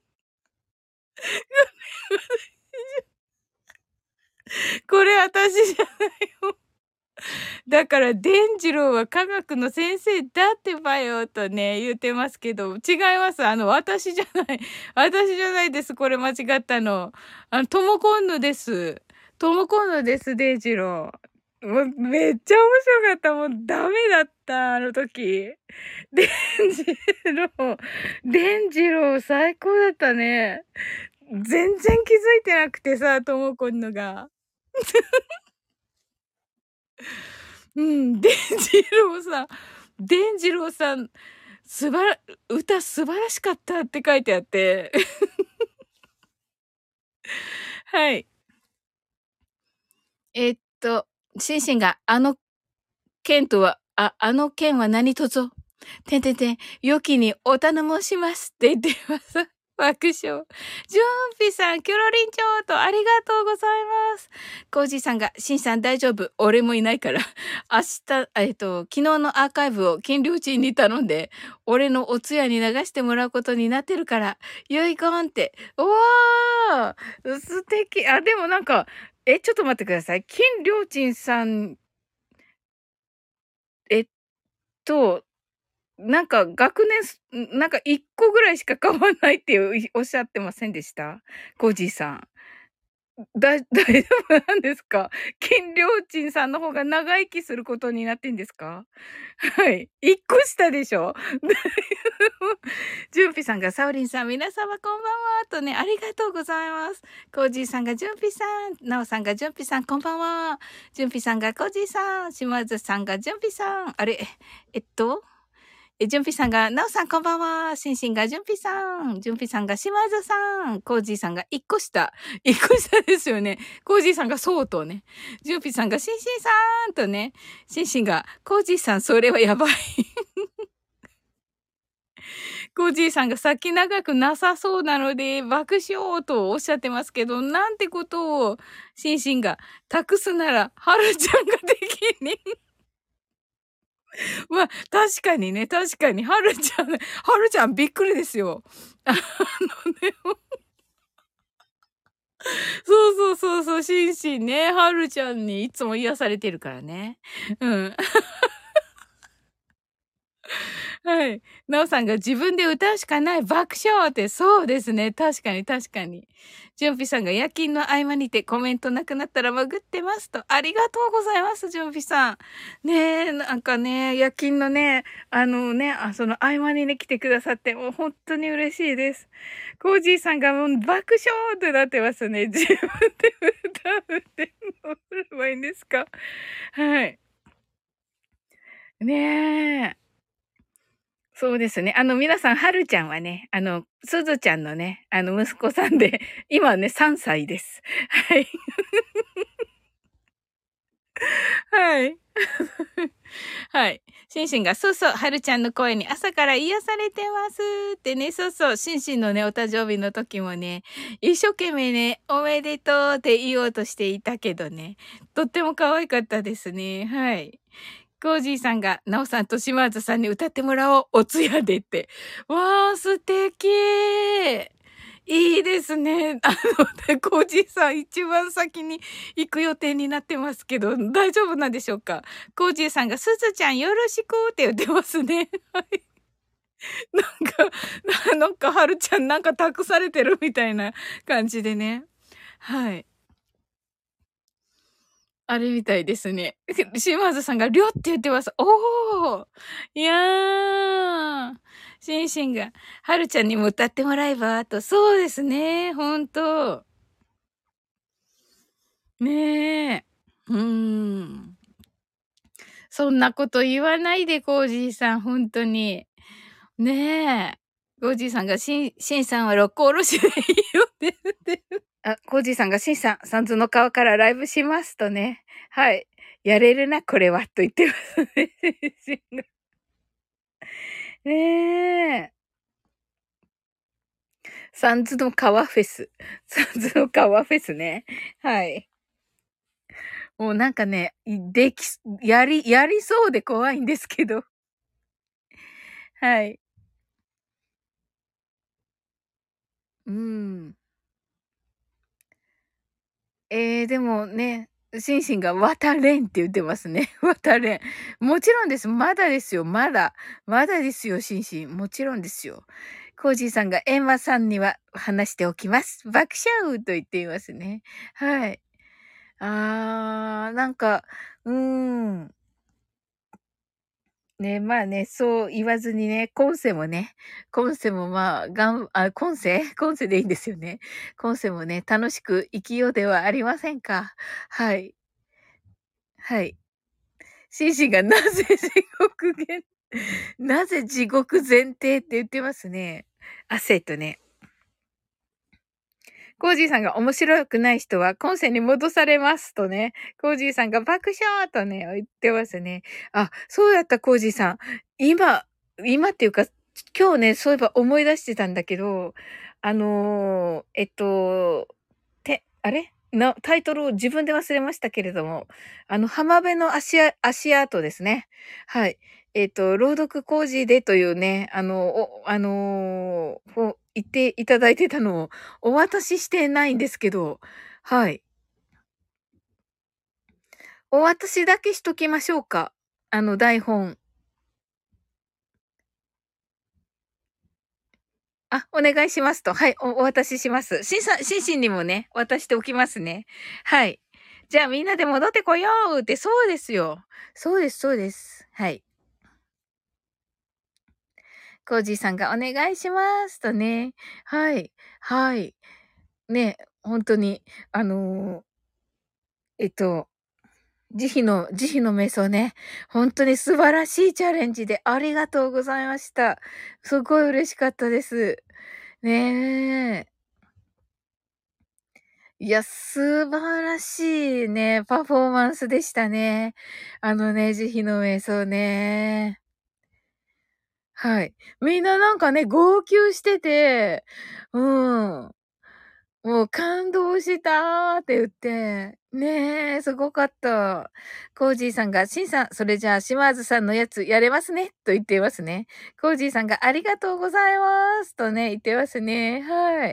これ私じゃないよ。だから、伝次郎は科学の先生だってばよ、とね、言ってますけど、違います。私じゃない。私じゃないです。これ間違ったの。ともこんぬです。ともこんぬです、伝次郎。 もうめっちゃ面白かった。もうダメだった、あの時。デンジロー、デンジロー最高だったね。全然気づいてなくてさ、ともこんのが。うん、デンジローさん、デンジローさん、歌素晴らしかったって書いてあって。はい。シンシンが、あの剣は何とぞ、てんてんてん、良きにお頼もしますって言ってます。爆笑。ジュンピさん、キョロリンチョーとありがとうございます。コージーさんが、シンさん大丈夫俺もいないから。明日、昨日のアーカイブを金良鎮に頼んで、俺のお通夜に流してもらうことになってるから、遺言って。おー素敵。あ、でもなんか、ちょっと待ってください。金良鎮さん、えっと、なんか学年なんか1個ぐらいしか変わんないっておっしゃってませんでした？コージーさん。大丈夫なんですか？金良鎮さんの方が長生きすることになってんですか？はい。1個下でしょ？ジュンピさんが、サオリンさん、皆様こんばんは、とね、ありがとうございます。コージーさんが、ジュンピさん、ナオさんが、ジュンピさん、こんばんは。ジュンピさんが、コージーさん、島津さんが、ジュンピさん、あれ、えっと、じゅんぴさんが、なおさんこんばんは。しんしんが、じゅんぴさん。じゅんぴさんが、島津さん。コージーさんが、一個下。一個下ですよね。コージーさんが、そうとね。じゅんぴさんが、しんしんさんとね。しんしんが、コージーさん、それはやばい。コージーさんが、先長くなさそうなので、爆笑とおっしゃってますけど、なんてことを、しんしんが、託すなら、はるちゃんができに。まあ、確かにね、確かに、はるちゃん、はるちゃんびっくりですよ。あのね、そうそうそうそう、シンシンね、はるちゃんにいつも癒されてるからね。うん。はい。なおさんが自分で歌うしかない爆笑って、そうですね。確かに確かに。ジュンピさんが夜勤の合間にてコメントなくなったら潜ってますと。ありがとうございます、ジュンピさん。ねえ、なんかね、夜勤のね、その合間にね、来てくださって、もう本当に嬉しいです。コージーさんがもう爆笑ってなってますね。自分で歌うってどうすればいいんですか？はい。ねえ。そうですね。皆さん、はるちゃんはね、すずちゃんのね、息子さんで、今ね、3歳です。はい。はい。はい。シンシンが、そうそう、はるちゃんの声に朝から癒されてますってね、そうそう、シンシンのね、お誕生日の時もね、一生懸命ね、おめでとうって言おうとしていたけどね、とっても可愛かったですね。はい。コージーさんが、ナオさんと島津さんに歌ってもらおう、お通夜でって。わー、素敵いいですね。コージーさん一番先に行く予定になってますけど、大丈夫なんでしょうか？コージーさんが、すずちゃんよろしくって言ってますね。はい。なんか、はるちゃんなんか託されてるみたいな感じでね。はい。あれみたいですね。島津さんが、りょって言ってます。おーいやー。シンシンが、はるちゃんにも歌ってもらえば、と。そうですね。ほんと。ねえ。うーん。そんなこと言わないで、コージーさん。ほんとに。ねえ。コージーさんが、シンさんは六甲おろしでいいよって言ってる。あ、コージーさんが、シンさん、サンズの川からライブしますとね。はい。やれるな、これは、と言ってますね。シンがねえ。サンズの川フェス。サンズの川フェスね。はい。もうなんかね、やりそうで怖いんですけど。はい。うん。でもね、シンシンが渡れんって言ってますね。渡れん。もちろんです。まだですよ。まだ。まだですよ、シンシン。もちろんですよ。コージーさんがエンマさんには話しておきます。爆笑と言っていますね。はい。なんか、 うーん。ね、まあね、そう言わずにね、今世もね、今世もまあ、今世今世でいいんですよね。今世もね、楽しく生きようではありませんか。はい。はい。シンシンがなぜ地獄げなぜ地獄前提って言ってますね。ね。コージーさんが面白くない人は今世に戻されますとね。コージーさんが爆笑とね、言ってますね。あ、そうだったコージーさん。今っていうか、今日ね、そういえば思い出してたんだけど、あれタイトルを自分で忘れましたけれども、浜辺の足跡ですね。はい。朗読工事でというね、言っていただいてたのをお渡ししてないんですけど、はい。お渡しだけしときましょうか。台本。あ、お願いしますと。はい、お渡しします。シンにもね、渡しておきますね。はい。じゃあみんなで戻ってこようって、そうですよ。そうです、そうです。はい。コージーさんがお願いしますとね。はい。はい。ね、本当に、あのーえっと、慈悲の瞑想ね。本当に素晴らしいチャレンジでありがとうございました。すごい嬉しかったです。ねえ。いや、素晴らしいね、パフォーマンスでしたね。慈悲の瞑想ね。はい。みんななんかね、号泣してて、うん。もう感動したって言って、ねえ、すごかった。コージーさんが、シンさん、それじゃあ、島津さんのやつやれますね、と言っていますね。コージーさんがありがとうございます、とね、言ってますね。はい。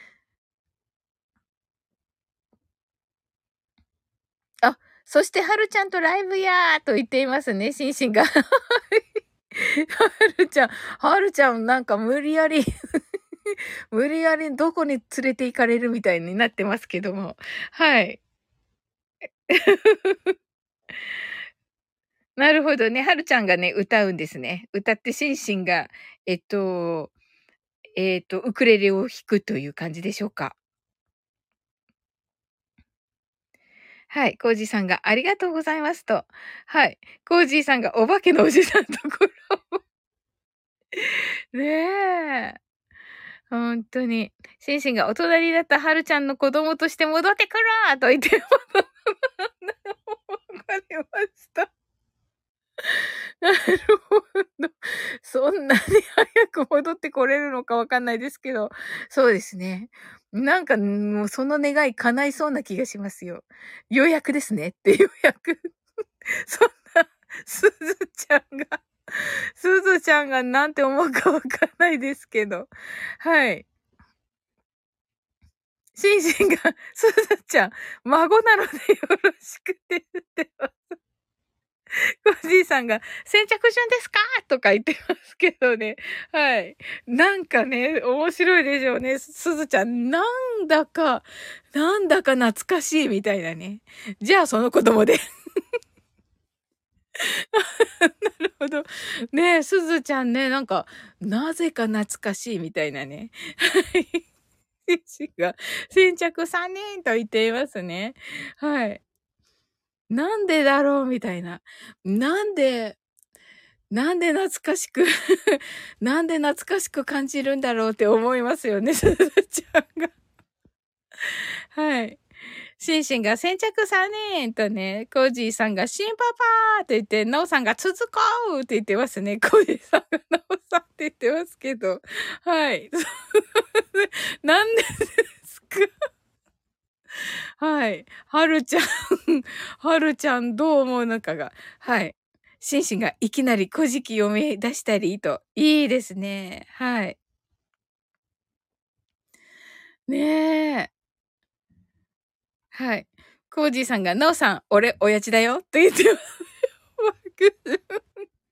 あ、そしてはるちゃんとライブやーと言っていますね、シンシンが。はるちゃん、はるちゃんなんか無理やり無理やりどこに連れて行かれるみたいになってますけども。はい。なるほどね。はるちゃんがね、歌うんですね。歌ってシンシンが、えっと、ウクレレを弾くという感じでしょうか。はい。コージーさんがありがとうございますと。はい。コージーさんがお化けのおじさんところねえ。ほんとに。シンシンが大人になったはるちゃんの子供として戻ってくるわと言ってわかりました。なるほど。そんなに早く戻ってこれるのかわかんないですけど、そうですね。なんか、もうその願い叶いそうな気がしますよ。予約ですねって予約。そんな、すずちゃんが、すずちゃんがなんて思うかわかんないですけど。はい。シンシンが、すずちゃん、孫なのでよろしくって言ってます。おじいさんが、先着順ですかとか言ってますけどね。はい。なんかね、面白いでしょうね。すずちゃん、なんだか懐かしいみたいなね。じゃあ、その子供で。なるほど。ねえ、すずちゃんね、なんか、なぜか懐かしいみたいなね。はい。が、先着3人と言っていますね。はい。なんでだろうみたいな。なんで、なんで懐かしくなんで懐かしく感じるんだろうって思いますよね、すずちゃんが。はい。シンシンが先着3人とね、コージーさんがシンパパーって言って、ナオさんが続こうって言ってますね。コージーさんがナオさんって言ってますけど。はい。なんでですか？はい。はるちゃんはるちゃんどう思うのかが。はい。シンシンがいきなり古事記読み出したりと。いいですね。はい。ねえ。はい。コージーさんが、ナオさん、俺、親父だよって言ってます。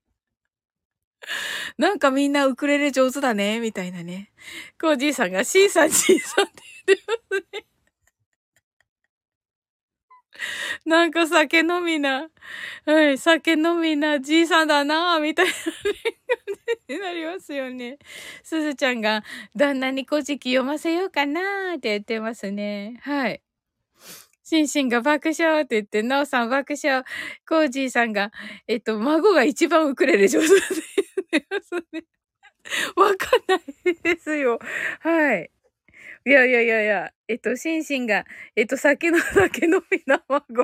なんかみんなウクレレ上手だね、みたいなね。コージーさんが、シーさんって言ってますね。 なんか酒飲みな、はい、酒飲みなじいさんだなぁ、みたいな感じになりますよね。すずちゃんが、旦那に古事記読ませようかなーって言ってますね。はい。シンシンが爆笑って言って、ナオさん爆笑。コージーさんが、孫が一番ウクレレ上手だって言ってますね。わかんないですよ。はい。いやいやいやいや、シンシンが、酒飲みな孫。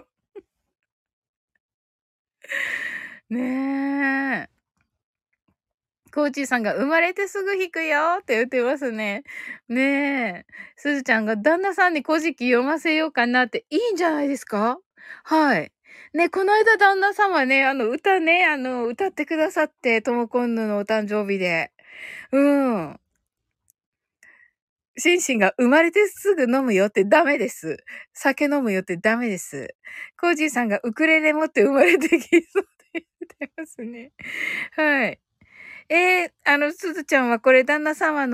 ねえ。コーチーさんが生まれてすぐ弾くよって言ってますね。ねえ。すずちゃんが旦那さんに古事記読ませようかなっていいんじゃないですか？はい。ね、この間旦那様ね、歌ね、歌ってくださって、ともこんぬのお誕生日で。うん。シンシンが生まれてすぐ飲むよってダメです。酒飲むよってダメです。コージーさんがウクレレ持って生まれてきそうって言ってますね。はい。すずちゃんはこれ旦那様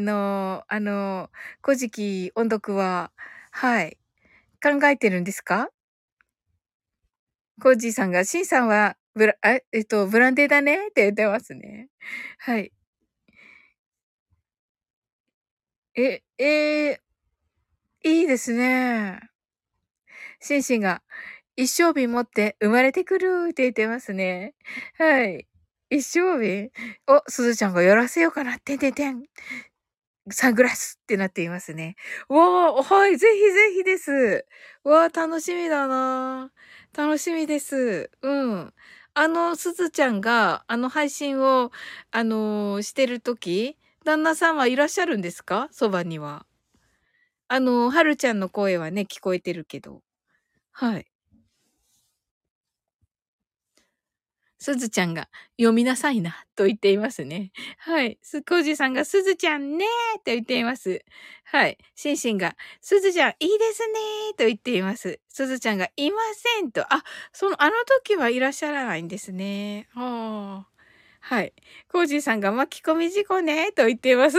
古事記音読は、はい、考えてるんですか？コージーさんが、シンさんは、ブランデーだねって言ってますね。はい。え、えいいですね。シンシンが、一生瓶持って生まれてくるって言ってますね。はい。一生瓶お、すずちゃんがやらせようかな。てんてんてん。サングラスってなっていますね。わあ、はい、ぜひぜひです。わあ、楽しみだな。楽しみです。うん。すずちゃんが、配信を、してるとき、旦那さんはいらっしゃるんですか？そばには。はるちゃんの声はね、聞こえてるけど。はい。すずちゃんが読みなさいなと言っていますね。はい。コージーさんがすずちゃんねーと言っています。はい。シンシンがすずちゃんいいですねーと言っています。すずちゃんがいませんと。あ、あの時はいらっしゃらないんですね。はあ。はい。コージーさんが巻き込み事故ねーと言っています。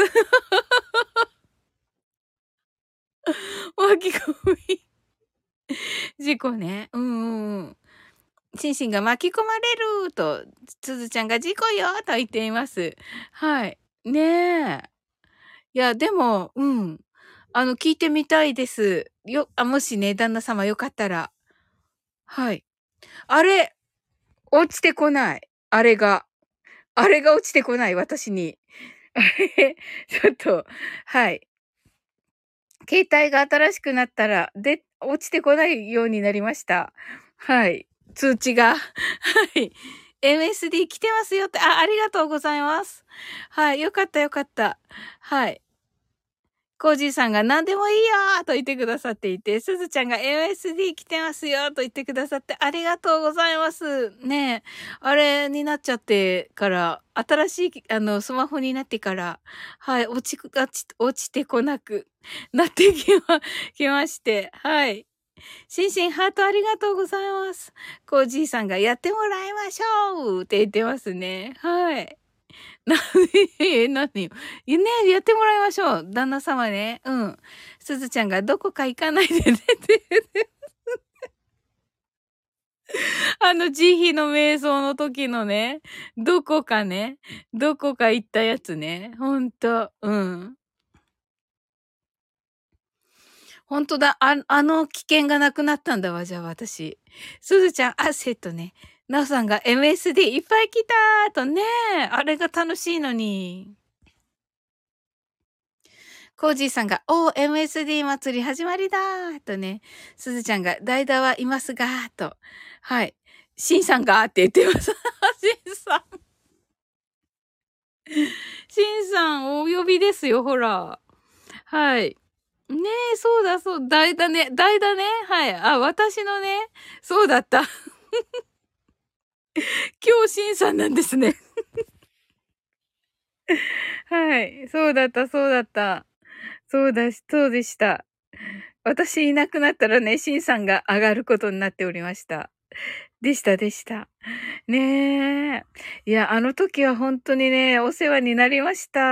巻き込み事故ね。うんうんうん。シンシンが巻き込まれると、つづちゃんが事故よと言っています。はい。ねえ。いや、でも、うん。聞いてみたいです。もしね、旦那様よかったら。はい。あれ、落ちてこない。あれが。あれが落ちてこない、私に。あれ、ちょっと、はい。携帯が新しくなったら、落ちてこないようになりました。はい。通知が。はい。MSD 来てますよって、ありがとうございます。はい。よかったよかった。はい。コージーさんが何でもいいよーと言ってくださっていて、すずちゃんが MSD 来てますよと言ってくださってありがとうございます。ねえ、あれになっちゃってから、新しい、スマホになってから、はい、落ちてこなくなってきまして、はい。シンシンハートありがとうございます。コージーさんがやってもらいましょうって言ってますね。はい。な何よ。ね、やってもらいましょう。旦那様ね。うん。すずちゃんがどこか行かないでねって言って。慈悲の瞑想の時のね、どこか行ったやつね。ほんと。うん。ほんとだ。危険がなくなったんだわ、じゃあ私。すずちゃん、セットね。なおさんが MSD いっぱい来たーとね。あれが楽しいのに。コージーさんが、MSD 祭り始まりだーとね、すずちゃんが、代打はいますがーと、はい。シンさんがーって言ってます。シンさん。シンさん、お呼びですよ、ほら。はい。ねえ、そうだ、そう、代打ね。はい。私のね、そうだった。今日、シンさんなんですね。はい。そうだった、そうだった。そうでした。私いなくなったらね、シンさんが上がることになっておりました。 でしたでした。ねえ。いや、あの時は本当にね、お世話になりました。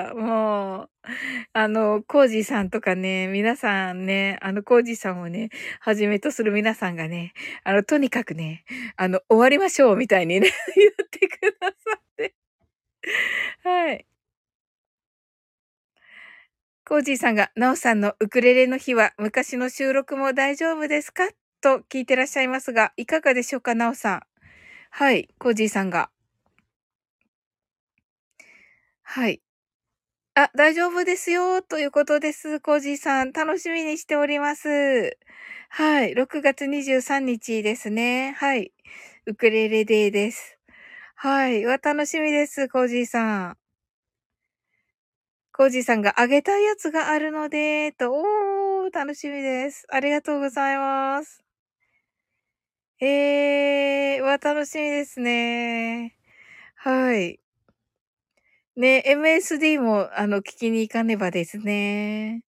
もう、コージーさんとかね、皆さんね、コージーさんをね、はじめとする皆さんがね、とにかくね、終わりましょうみたいにね、言ってくださって。はい。コージーさんが、ナオさんのウクレレの日は昔の収録も大丈夫ですかと聞いてらっしゃいますが、いかがでしょうか、ナオさん。はい、コージーさんが。はい。あ、大丈夫ですよ、ということです。コージーさん。楽しみにしております。はい。6月23日ですね。はい。ウクレレデーです。はい。楽しみです、コージーさん。コージーさんがあげたいやつがあるので、楽しみです。ありがとうございます。楽しみですね。はい。ね、MSD も、聞きに行かねばですね。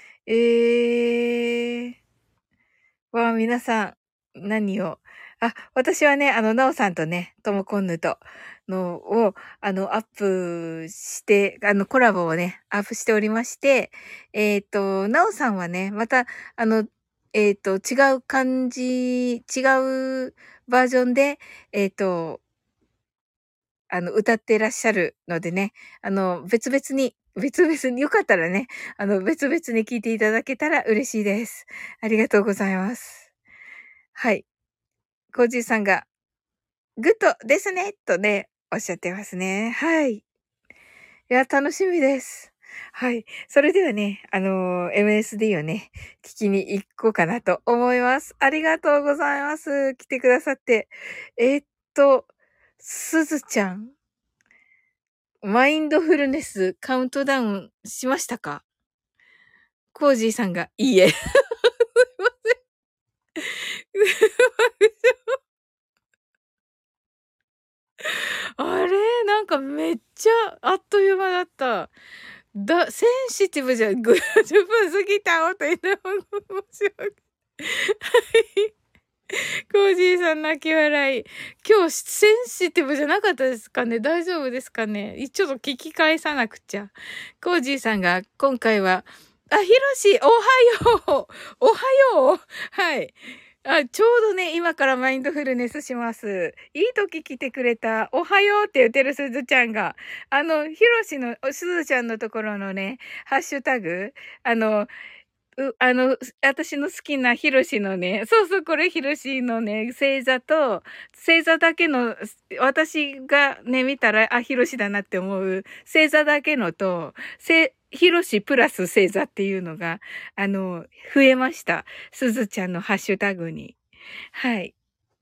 えー。皆さん、何を。私はね、なおさんとね、ともこんぬと、を、アップして、コラボをね、アップしておりまして、なおさんはね、また、違う感じ、違うバージョンで、歌ってらっしゃるのでね、別々によかったらね、別々に聞いていただけたら嬉しいです。ありがとうございます。はい。コージーさんが、グッドですねとね、おっしゃってますね。はい。いや、楽しみです。はい。それではね、MSD をね、聞きに行こうかなと思います。ありがとうございます。来てくださって。えーっすずちゃん、マインドフルネスカウントダウンしましたか？コージーさんが、いいえ。すいません。あれなんかめっちゃあっという間だった。センシティブじゃ、50分過ぎたと言っても申し訳ない。コージーさん泣き笑い。今日センシティブじゃなかったですかね？大丈夫ですかね？ちょっと聞き返さなくちゃ。コージーさんが今回は、ヒロシ、おはよう。おはよう。はい。ちょうどね、今からマインドフルネスします。いい時来てくれた。おはようって言ってるすずちゃんが。ヒロシの、すずちゃんのところのね、ハッシュタグ、あの、私の好きなヒロシのね、そうそう、これヒロシのね、星座だけの、私がね、見たら、ヒロシだなって思う、星座だけのと、ヒロシプラス星座っていうのが、増えました。すずちゃんのハッシュタグに。はい。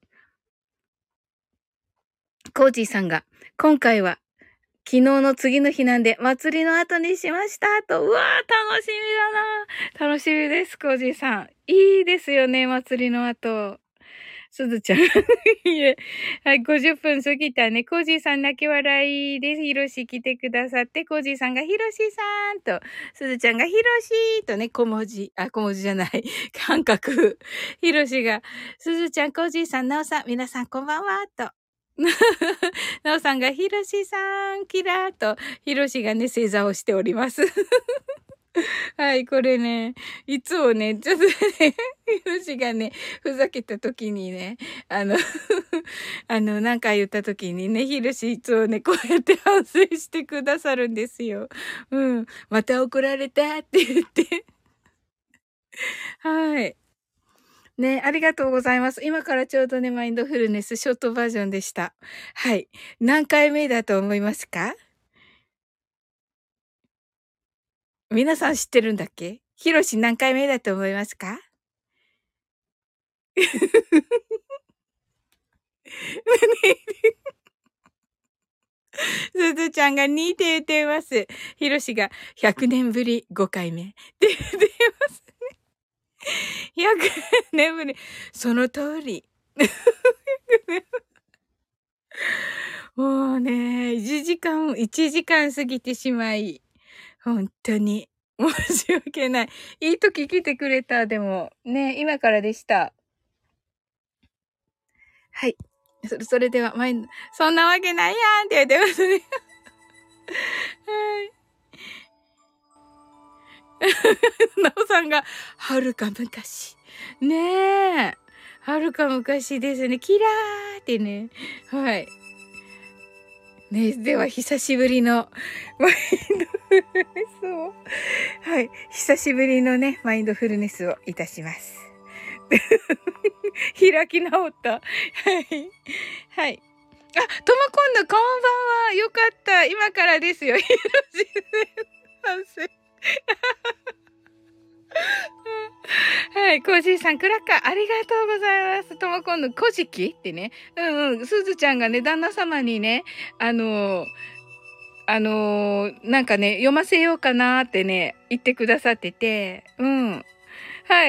コージーさんが、今回は昨日の次の日なんで、祭りの後にしましたと。うわー、楽しみだな。楽しみです、コージーさん。いいですよね、祭りの後。すずちゃん。いえ。はい、50分過ぎたね。コージーさん泣き笑いです。ひろし来てくださって、コージーさんがひろしさんと、すずちゃんがひろしとね、小文字じゃない。感覚。ひろしが、すずちゃん、コージーさん、なおさん、皆さんこんばんは、と。なおさんが、ひろしさん、キラーと、ひろしがね、正座をしております。はい、これね、いつもね、ちょっとね、ひろしがね、ふざけた時にね、あのなんか言った時にね、ひろしいつもね、こうやって反省してくださるんですよ。うん。また怒られたって言って。はい。ね、ありがとうございます。今からちょうどね、マインドフルネスショートバージョンでした。はい。何回目だと思いますか？皆さん知ってるんだっけ？ひろし何回目だと思いますか？すずちゃんが2って言ってます。ひろしが100年ぶり5回目って言ってます。100年ぶり。その通り。もうね、1時間過ぎてしまい、本当に申し訳ない。いい時来てくれた、でも。ね、今からでした。 はい。それでは、そんなわけないやんって言ってますね。はい。なおさんが、はるか昔。ねえ。はるか昔ですね。キラーってね。はい。ね、では、久しぶりのマインドフルネスを、はい。久しぶりのね、マインドフルネスをいたします。開き直った。はい。はい。あ、ともこんぬ、こんばんは。よかった。今からですよ。ひろし先生。はい、コージーさん、クラッカー、ありがとうございます。ともこんぬ、古事記ってね。うんうん、すずちゃんがね、旦那様にね、なんかね、読ませようかなってね、言ってくださってて、うん。はい。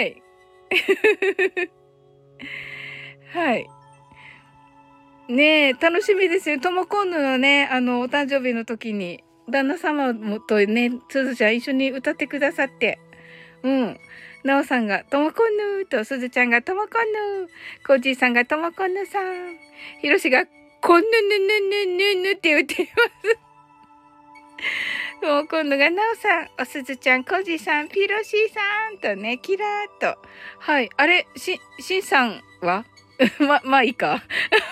はい。ねえ、楽しみですよ。ともこんぬのね、お誕生日の時に、旦那様もとね、すずちゃん一緒に歌ってくださって。うん。なおさんが、ともこんぬと、すずちゃんがともこんぬ、コージーさんがともこんぬさん、ひろしが、こんぬぬぬぬぬぬって言っています。ともこんぬが、なおさん、おすずちゃん、コージーさん、ピロシーさんとね、キラーっと。はい。あれ、しんさんはまあいいか。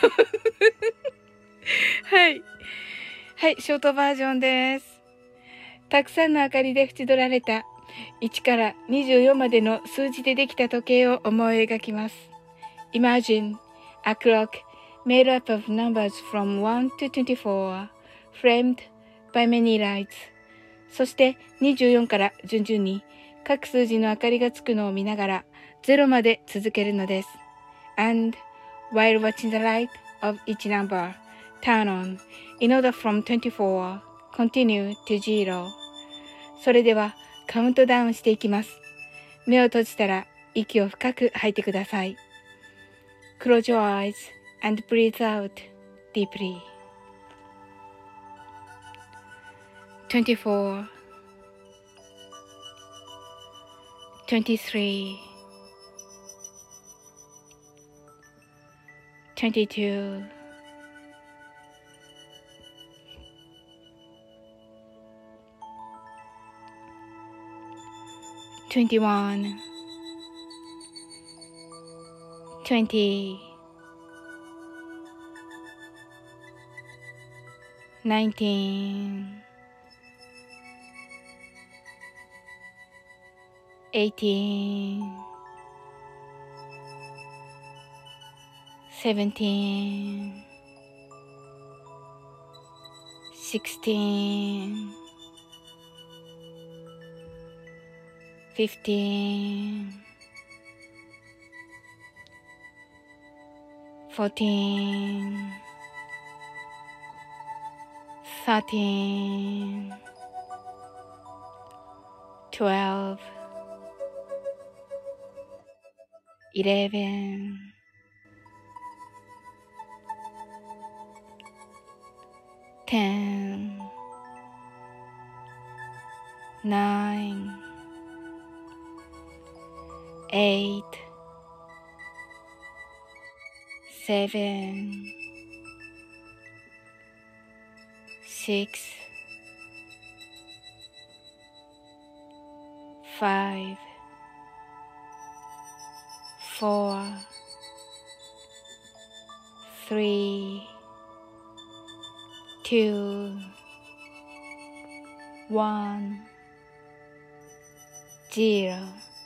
はい。はい、ショートバージョンです。たくさんの明かりで縁取られた1から24までの数字でできた時計を思い描きます。Imagine a clock made up of numbers from 1 to 24, framed by many lights. そして24から順々に各数字の明かりがつくのを見ながら0まで続けるのです。And while watching the light of each number turn on in order from 24, continue to 0. それではカウントダウンしていきます。目を閉じたら息を深く吐いてください。Close your eyes and breathe out deeply. 24, 23, 22, 21, 20, 19, 18, 17, 16, 15, 14, 13, 12, 11, 10, 9, 8, 7, 6, 5, 4, 3, 2, 1, 0.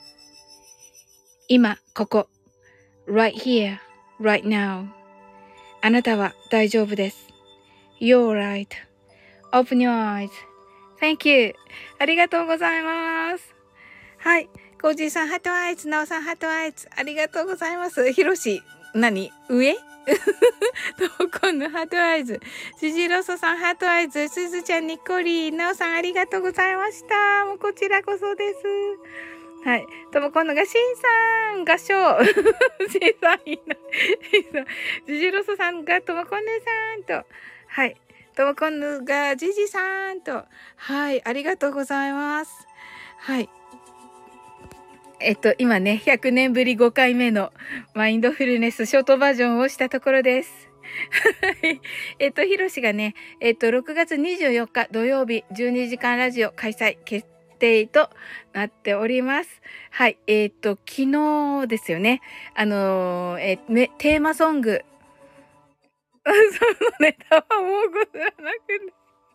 今、ここ。right here, right now. あなたは大丈夫です。You're right.Open your eyes.Thank you. ありがとうございます。はい。コージーさん、ハートアイズ。ナオさん、ハートアイズ。ありがとうございます。ヒロシ、上トモコンのハートアイズ。ジジロソさん、ハートアイズ。すずちゃん、にっこり。ナオさん、ありがとうございました。もうこちらこそです。はい。ともこんのが、しんさん、合唱。しんさん、いいな。しんさん。ジジロソさんが、ともこんぬさんと。はい。ともこんぬが、ジジさんと。はい。ありがとうございます。はい。 今ね、100年ぶり5回目のマインドフルネスショートバージョンをしたところです。はい。ひろしがね、6月24日土曜日12時間ラジオ開催決定となっております。はい。昨日ですよね。テーマソング。そのネタはもうござらなく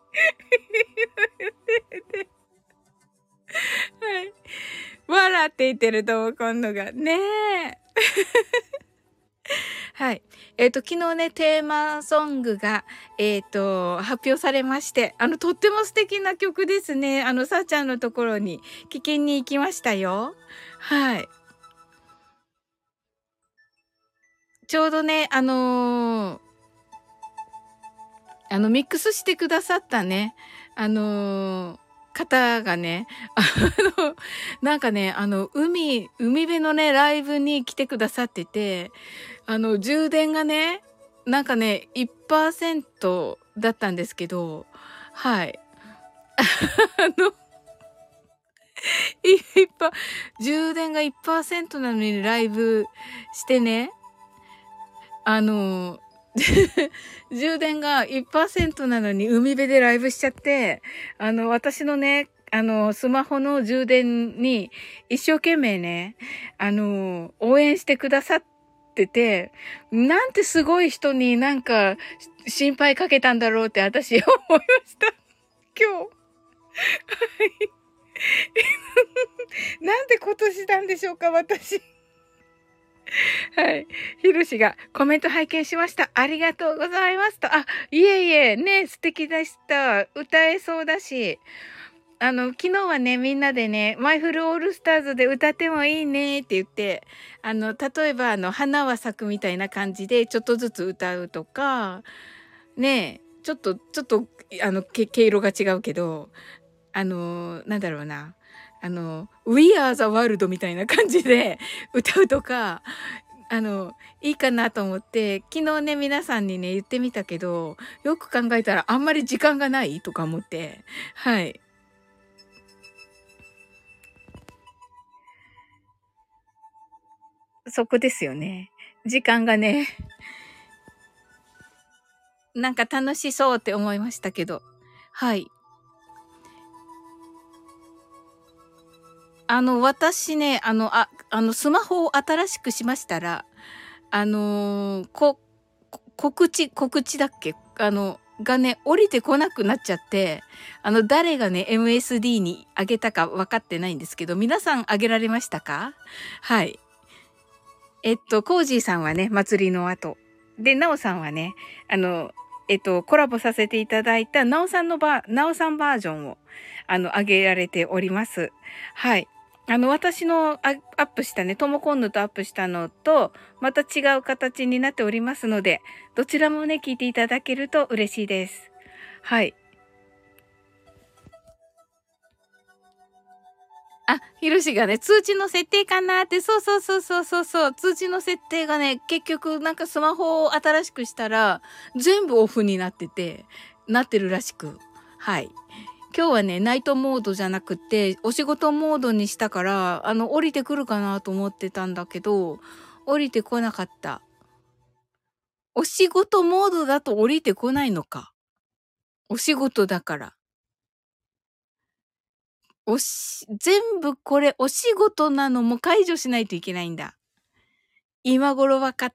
て。はい。笑って言ってると思う、今度が。ねえ。はい。昨日ね、テーマソングが、発表されまして、とっても素敵な曲ですね。さーちゃんのところに聞きに行きましたよ。はい。ちょうどね、ミックスしてくださったね、方がね、なんかね、海辺のね、ライブに来てくださってて、充電がね、なんかね、1% だったんですけど、はい。の、いっぱ、充電が1%なのにライブしてね、あの、充電が1% なのに海辺でライブしちゃって、私のね、スマホの充電に一生懸命ね、応援してくださってて、なんてすごい人になんか心配かけたんだろうって私思いました。今日。はい。なんで今年なんでしょうか、私。はい。ひろしがコメント拝見しました。ありがとうございますと。あ、いえいえ、ね、素敵でした。歌えそうだし。昨日はね、みんなでね、マイフルオールスターズで歌ってもいいねって言って、例えば花は咲くみたいな感じで、ちょっとずつ歌うとか、ね、ちょっと、毛色が違うけど、なんだろうな。We are the world みたいな感じで歌うとか、いいかなと思って、昨日ね、皆さんにね、言ってみたけど、よく考えたらあんまり時間がないとか思って、はい。そこですよね。時間がね、なんか楽しそうって思いましたけど、はい。私ね、スマホを新しくしましたら、告知だっけがね、降りてこなくなっちゃって、誰がね、MSD にあげたか分かってないんですけど、皆さんあげられましたか？はい。コージーさんはね、祭りの後。で、ナオさんはね、コラボさせていただいたナオさんバージョンを、あげられております。はい。私のアップしたね、トモコンヌとアップしたのと、また違う形になっておりますので、どちらもね、聞いていただけると嬉しいです。はい。あ、ひろしがね、通知の設定かなって、そう、通知の設定がね、結局なんかスマホを新しくしたら、全部オフになってて、なってるらしく。はい。今日はね、ナイトモードじゃなくて、お仕事モードにしたから、降りてくるかなと思ってたんだけど、降りてこなかった。お仕事モードだと降りてこないのか。お仕事だから。全部これお仕事なのも解除しないといけないんだ。今頃わかった。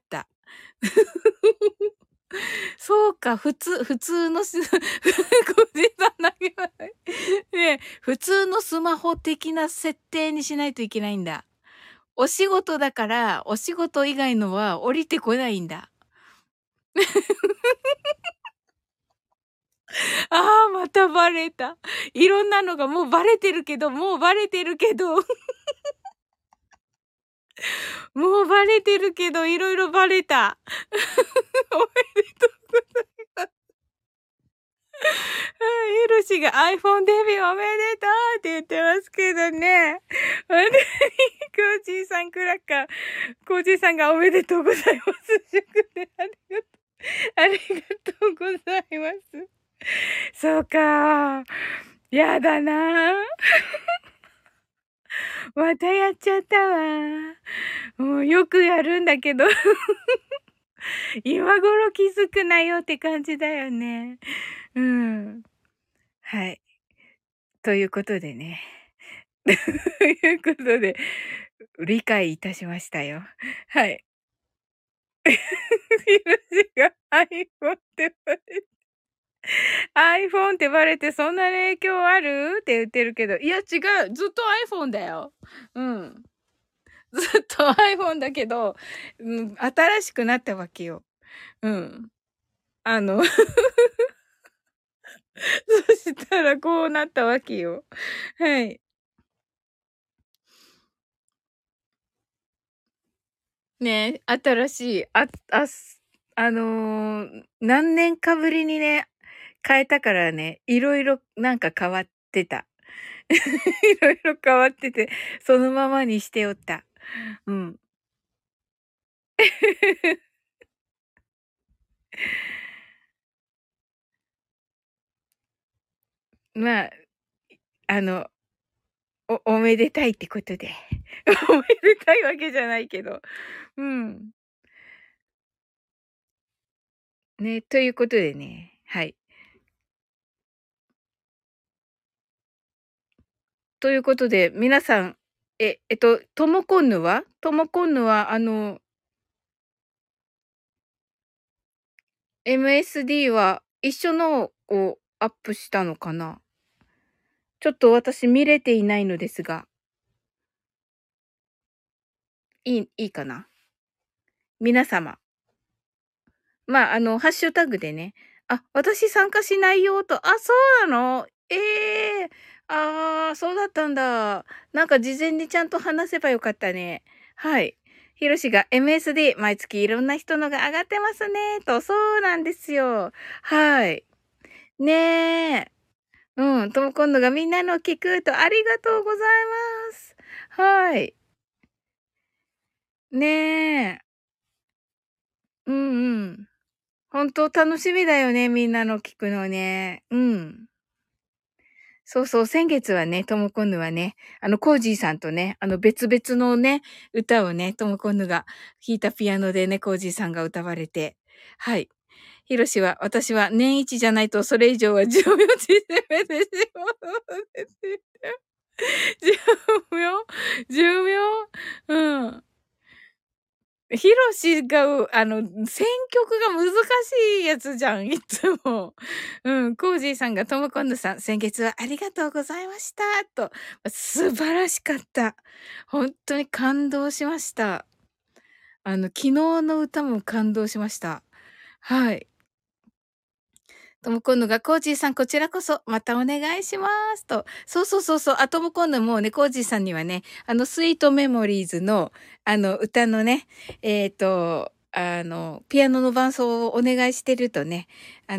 そうか、普通のごじさん投げない。ね、普通のスマホ的な設定にしないといけないんだ。お仕事だから、お仕事以外のは降りてこないんだ。ああ、またバレた。いろんなのがもうバレてるけど、もうバレてるけど、もうバレてるけど、いろいろバレた。おめでとうございます。ヒロシが iPhone デビューおめでとうって言ってますけどね。本当に、コージーさんクラッカー。コージーさんがおめでとうございます。祝でありがとうございます。そうか。やだなぁ。 またやっちゃったわ。もうよくやるんだけど、今頃気づくなよって感じだよね。うん。はい。ということでね。ということで、理解いたしましたよ。はい。ひろしが iPhone ってバレてそんな影響あるって言ってるけど、いや違う。ずっと iPhone だよ。うん。ずっと iPhone だけど、うん、新しくなったわけよ。うん。そしたらこうなったわけよ。はい。ね、新しい、何年かぶりにね、変えたからね、いろいろなんか変わってた。いろいろ変わってて、そのままにしておった。うん。まあ、あの、おめでたいってことで。おめでたいわけじゃないけど。うん。ね、ということでね、はい。ということで、皆さん、ともこんぬはMSD は一緒のをアップしたのかな？ちょっと私見れていないのですが、いいかな？皆様。まあ、ハッシュタグでね、あ、私参加しないよと、あ、そうなの？ええ、ああ、そうだったんだ。なんか事前にちゃんと話せばよかったね。はい。ひろしが MSD 毎月いろんな人のが上がってますねと、そうなんですよ。はい。ねえ。うん、とも今度がみんなの聞くとありがとうございます。はい。ねえ。うんうん。本当楽しみだよね、みんなの聞くのね。うん。そうそう、先月はね、ともこんぬはね、コージーさんとね、別々のね、歌をね、ともこんぬが弾いたピアノでね、コージーさんが歌われて、はい。ひろしは、私は年一じゃないとそれ以上は寿命縮めてしまうのです。寿命寿命うん。ヒロシが、選曲が難しいやつじゃん、いつも。うん、コージーさんがともこんぬさん、先月はありがとうございました。と、素晴らしかった。本当に感動しました。昨日の歌も感動しました。はい。ともこんぬが、コージーさん、こちらこそ、またお願いしますと。そうそうそうそう。あ、ともこんぬもうね、コージーさんにはね、スイートメモリーズの、歌のね、ピアノの伴奏をお願いしてるとね、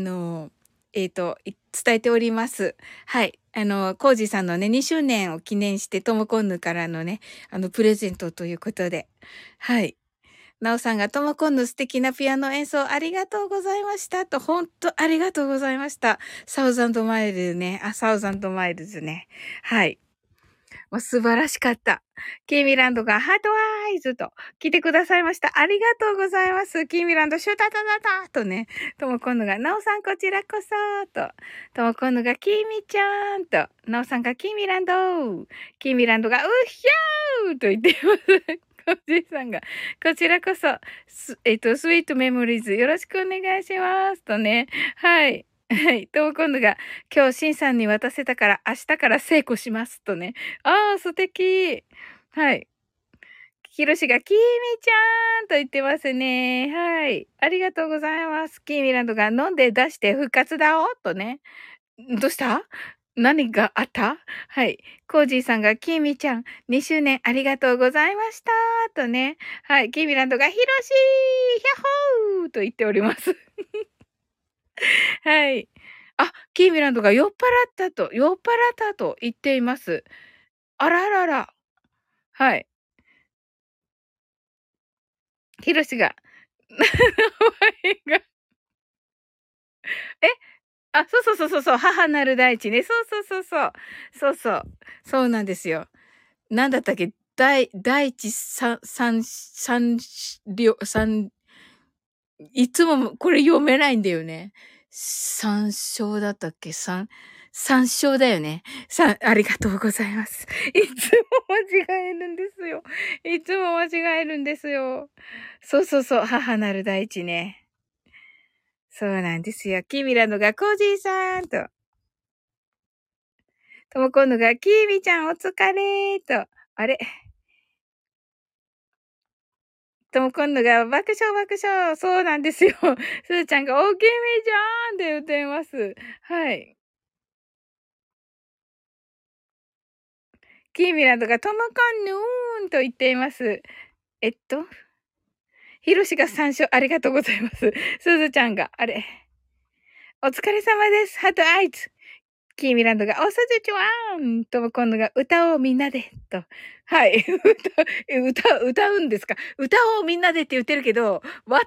伝えております。はい。コージーさんのね、2周年を記念して、ともこんぬからのね、プレゼントということで。はい。なおさんがともこんぬ素敵なピアノ演奏ありがとうございましたと、ほんとありがとうございました。サウザンドマイルね。サウザンドマイルズね。はい。もう素晴らしかった。キーミランドがハートアイズと来てくださいました。ありがとうございます。キーミランドシュタタタタとね、ともこんぬがなおさんこちらこそと、ともこんぬがキーミちゃんと、なおさんがキーミランド、キーミランドがうっひゃーと言っています。おじいさんが、こちらこそ、スイートメモリーズよろしくお願いします。とね。はい。はい。とも今度が、今日、しんさんに渡せたから、明日から成功します。とね。ああ、素敵。はい。ひろしが、きみちゃんと言ってますね。はい。ありがとうございます。キーミランドが、飲んで出して復活だおとね。どうした何があったはい。コージーさんが、キーミちゃん、2周年ありがとうございました。とね。はい。キーミランドが、ひろしーヒャッホーと言っております。はい。あ、キーミランドが酔っ払ったと言っています。あららら。はい。ヒロシが、名前が、え、そうそうそうそうそう、母なる大地ね。そうそうそうそう。そうそう。そうなんですよ。 なんだったっけ、第一三、いつもこれ読めないんだよね。三章だったっけ三章だよね。ありがとうございます。いつも間違えるんですよ。いつも間違えるんですよ。そうそうそう、母なる大地ね。そうなんですよ。キミラのがコージーさんと、ともこんのがキーミちゃんお疲れーと、あれとも今度が爆笑爆笑。そうなんですよ。すーちゃんが、おきみちゃんって言っています。はい。キーミランドがともこんぬーんと言っています。えっと、ひろしが参照ありがとうございます。すずちゃんが、あれ。お疲れ様です。ハートアイズ。キーミランドが、おすずちゃんとも今度が、歌おうみんなで、と。はい。歌うんですか？歌おうみんなでって言ってるけど、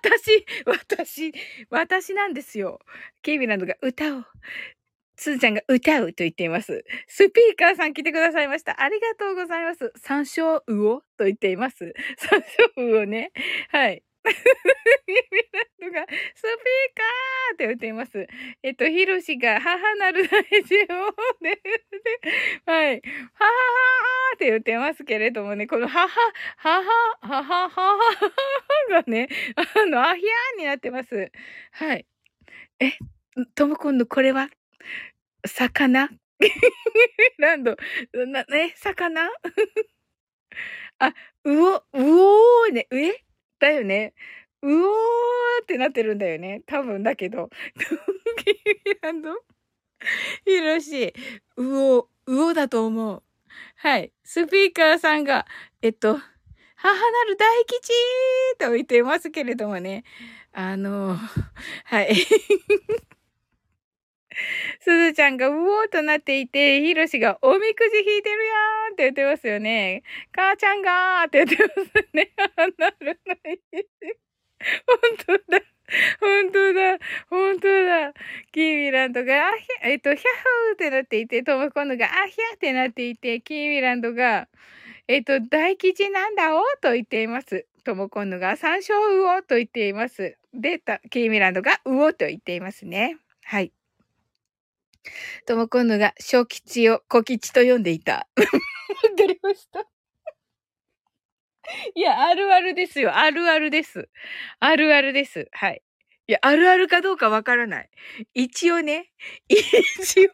私なんですよ。キーミランドが歌おう。すずちゃんが歌うと言っています。スピーカーさん来てくださいました。ありがとうございます。山椒魚と言っています。山椒魚ね。はい。ミランドが、スピーカーって言っています。ヒロシが、母なる大地を、ね、はい。ははははって言ってますけれどもね、このははがね、アヒャーになってます。はい。え、とも今度これは魚ランド、魚あ、うおーね、だよね。うおーってなってるんだよね。多分だけど。ランドひろし、うおだと思う。はい。スピーカーさんが、母なる大吉と言っていますけれどもね。はい。すずちゃんがうおーとなっていて、ひろしがおみくじ引いてるやーんって言ってますよね。母ちゃんがーって言ってますね。なるない。本当だ。本当だ。本当だ。キーミランドが、ヒャッホーってなっていて、ともこのが、ヒャーってなっていて、キーミランドが、大吉なんだおと言っています。ともこんのが、山椒魚と言っています。で、キーミランドが、魚と言っていますね。はい。ともこんのが、小吉を小吉と読んでいた。わかりました。いや、あるあるですよ。あるあるです。あるあるです。はい。いや、あるあるかどうかわからない。一応ね、一応、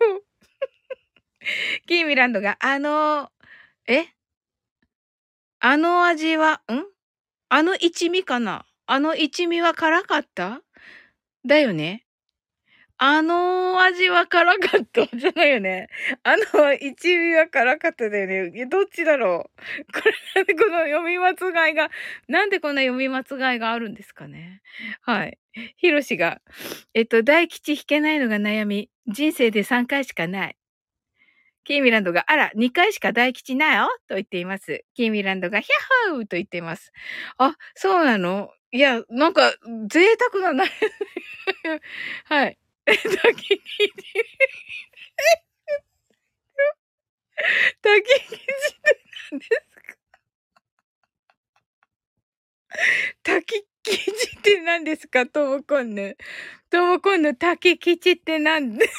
キーミランドが、えあの味は、あの一味かな？あの一味は辛かった？だよね。あの味は辛かったじゃないよね。あの一味は辛かっただよね。どっちだろう。これ、この読み間違いが、なんでこんな読み間違いがあるんですかね。はい。ひろしが、大吉引けないのが悩み。人生で3回しかない。キーミランドが、あら、2回しか大吉ないよと言っています。キーミランドが、ヒャッホーと言っています。あ、そうなの？いや、なんか、贅沢なはい。滝吉、滝吉って何ですか？滝吉って何ですか？ともこんぬ。ともこんぬ、滝吉って何です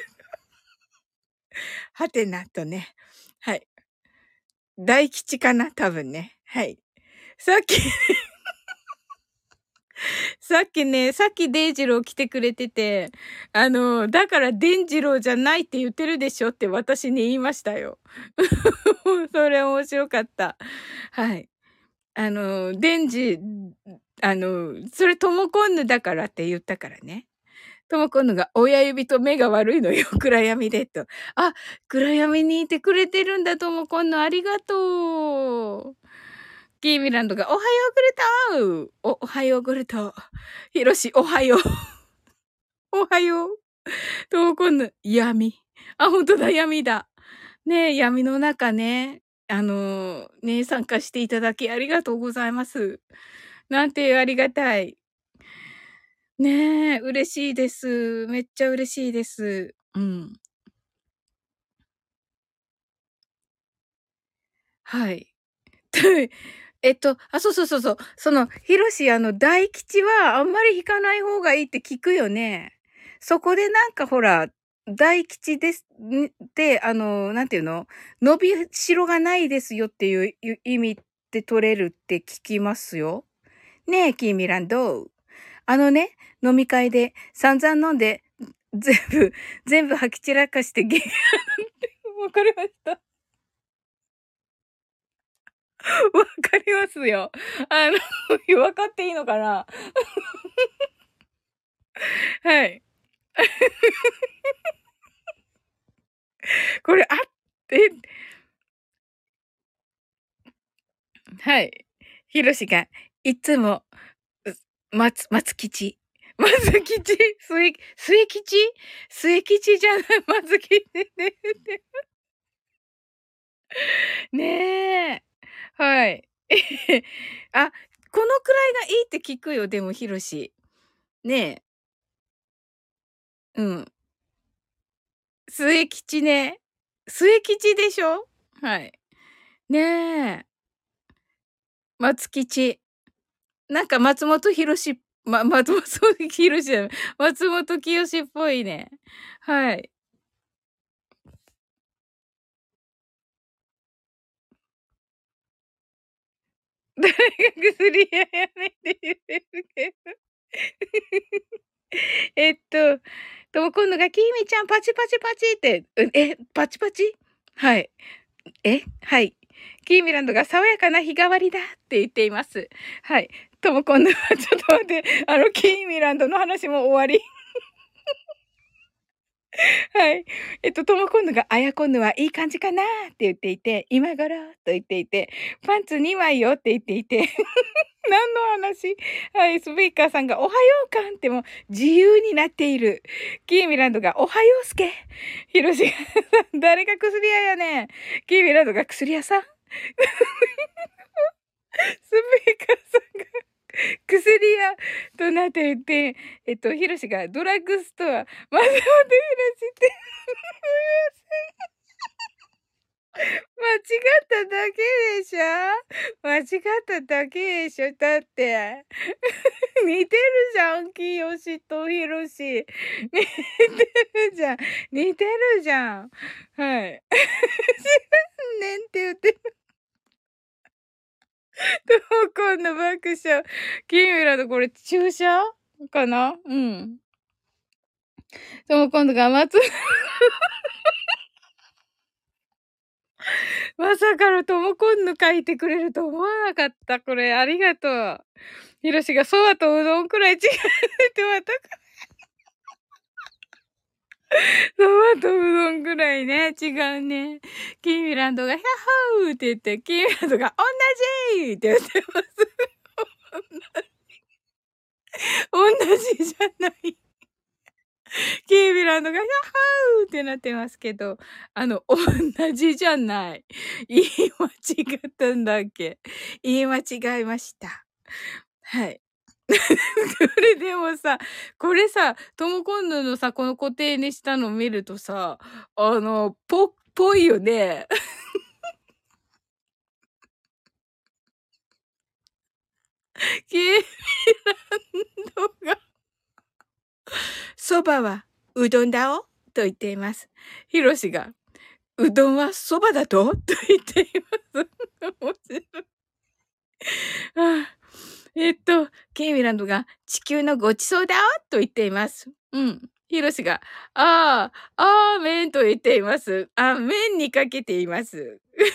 はてなとね。はい。大吉かな多分ね。はい。さっきさっきデイジロー来てくれてて、だからデンジローじゃないって言ってるでしょって私に言いましたよ。それ面白かった。はい。デンジ、それトモコンヌだからって言ったからね。トモコンヌが親指と目が悪いのよ、暗闇でと。あ、暗闇にいてくれてるんだ、トモコンヌありがとう。キーミランドがおはようグルトおはようグルト。ヒロシおはよう。おはよう。トモコンヌ闇。あ、ほんとだ、闇だ。ねえ、闇の中ね、ね、参加していただきありがとうございます。なんてありがたい。ねえ、嬉しいです。めっちゃ嬉しいです。うん。 はい。そうそうそうそう。ヒロシ、大吉はあんまり引かない方がいいって聞くよね。そこでなんかほら、大吉です、なんていうの伸びしろがないですよっていう意味で取れるって聞きますよ。ねえ、キーミランド。飲み会で散々飲んで、全全部吐き散らかしてわかりました。わかりますよ。わかっていいのかな。はい。これ、え、はい。ひろしが、いつも、松吉。松吉末吉末吉じゃない、松吉ね。ねえ。はい。あ、このくらいがいいって聞くよ、でもひろし。ねえ。うん。末吉ね。末吉でしょ？はい。ねえ。松吉。なんか松本博士、松本博士じゃない、松本清っぽいね。はい。誰が薬屋やめて言ってるけど。えっと、とも今度がきみちゃんパチパチパチって、パチパチ？はい。はい。キーミランドが爽やかな日替わりだって言っています。はい。とも今度はちょっと待って、キーミランドの話も終わり。はい。とも今度が、あや今度はいい感じかなって言っていて、今頃と言っていて、パンツ2枚よって言っていて、何の話？はい、スピーカーさんが、おはようかんっても自由になっている。キーミランドが、おはようすけ。ヒロシが、誰が薬屋やねん。キーミランドが薬屋さん。スピーカーさんが、薬屋となっていて、ヒロシがドラッグストア、松本ヒロシって、間違っただけでしょ？間違っただけでしょ？だって。似てるじゃん、きよしとひろし。似てるじゃん。似てるじゃん。はい。知らんねんって言ってる。と、今度爆笑。キーミラのこれ注射かな？うん。とも今度がまさかのとも今度書いてくれると思わなかった。これ、ありがとう。ひろしがそばとうどんくらい違うってまたそばとうどんくらいね、違うね。キーミランドが、ヒャッホーって言って、キーミランドが、同じって言ってます。同じじゃない。キーミランドが、ヒャッホーってなってますけど、同じじゃない。言い間違ったんだっけ。言い間違えました。はい。これでもさ、これさ、トムコンヌのさ、この固定にしたの見るとさ、ぽいよね。ケイミランドが、そばはうどんだおと言っています。ヒロシが、うどんはそばだとと言っています。面白い。ああケイミランドが地球のごちそうだと言っています。うん。ヒロシが、あーメンと言っています。麺にかけています。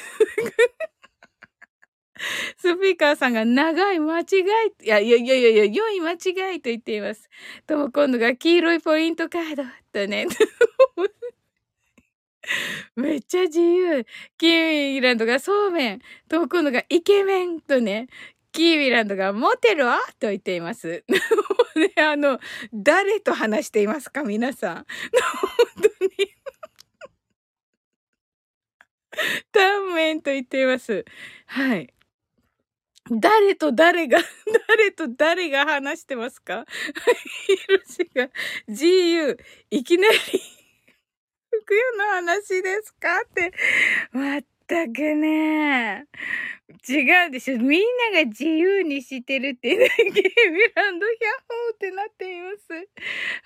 スピーカーさんが長い間違い、良い間違いと言っています。とも今度が黄色いポイントカードとね。めっちゃ自由。キーミランドがそうめん。とも今度がイケメンとね。キーミランドがモテるわと言っています。ね、誰と話していますか皆さん。本当に。タンメンと言っています。はい。誰と誰が話してますか？ヒロシが、GU、いきなり、服屋の話ですかって。まったったくね。違うでしょ。みんなが自由にしてるってね、ゲームランド、ヒャッホーってなっています。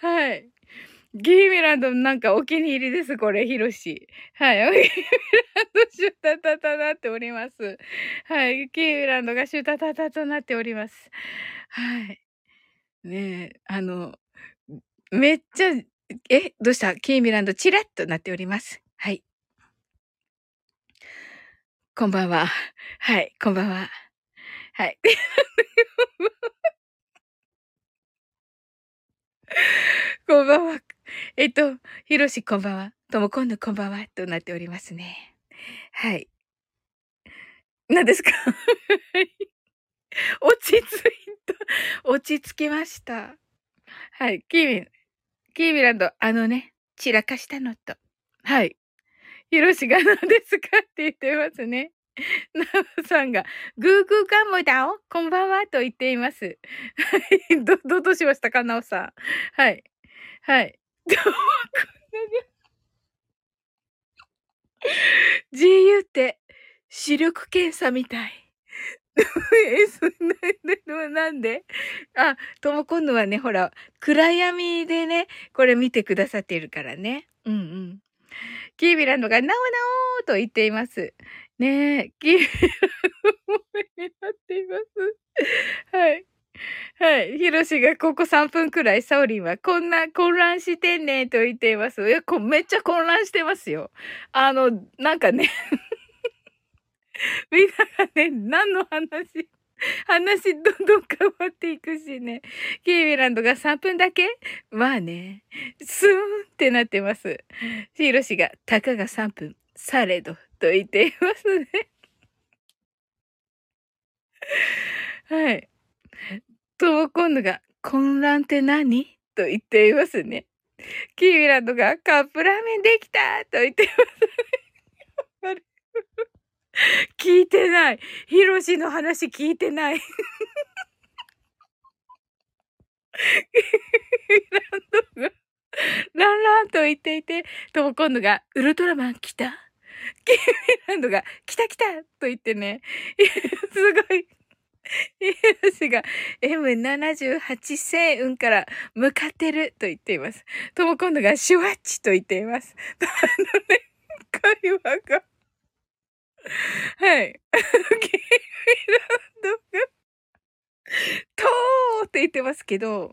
はい。ゲームランドなんかお気に入りです、これ、ヒロシ。はい。ゲームランドシュタタタなっております。はい。ゲームランドがシュタタタとなっております。はい。ねえ、めっちゃ、どうしたケイミランドチラッとなっております。はい。こんばんは。はい、こんばんは。はい。こんばんは。ひろしこんばんは。とも今度こんばんは。となっておりますね。はい。何ですか？はい。落ち着いた。落ち着きました。はい。キーミランド、散らかしたのと。はい。ひろしが何ですかって言ってますね。ナムさんが、グーグーガンモだおこんばんはと言っています。はい。どうしましたかなおさん。はい。はい。GU って、視力検査みたい。なんでとも今度はね、ほら、暗闇でね、これ見てくださっているからね。うんうん。キービランドが、なおなおと言っています。ねえ、キービランドもになっています。はい。はい。ヒロシがここ3分くらい、サオリンはこんな混乱してんねと言っています。めっちゃ混乱してますよ。なんかね、みんながね、何の話どんどん変わっていくしね。キーミランドが3分だけまあね。スーンってなってます。ヒロシが、たかが3分、されど、と言っていますね。はい。とも今度が、混乱って何と言っていますね。キーミランドが、カップラーメンできたと言っていますね。聞いてない。ヒロシの話聞いてない。ランドが、ランランと言っていて、とも今度が、ウルトラマン来たキーミランドが、来た来たと言ってね、すごい、私が M78 星雲から向かってると言っています。とも今度がシュワッチと言っています。会話が。はい。キーミランドが、とーって言ってますけど、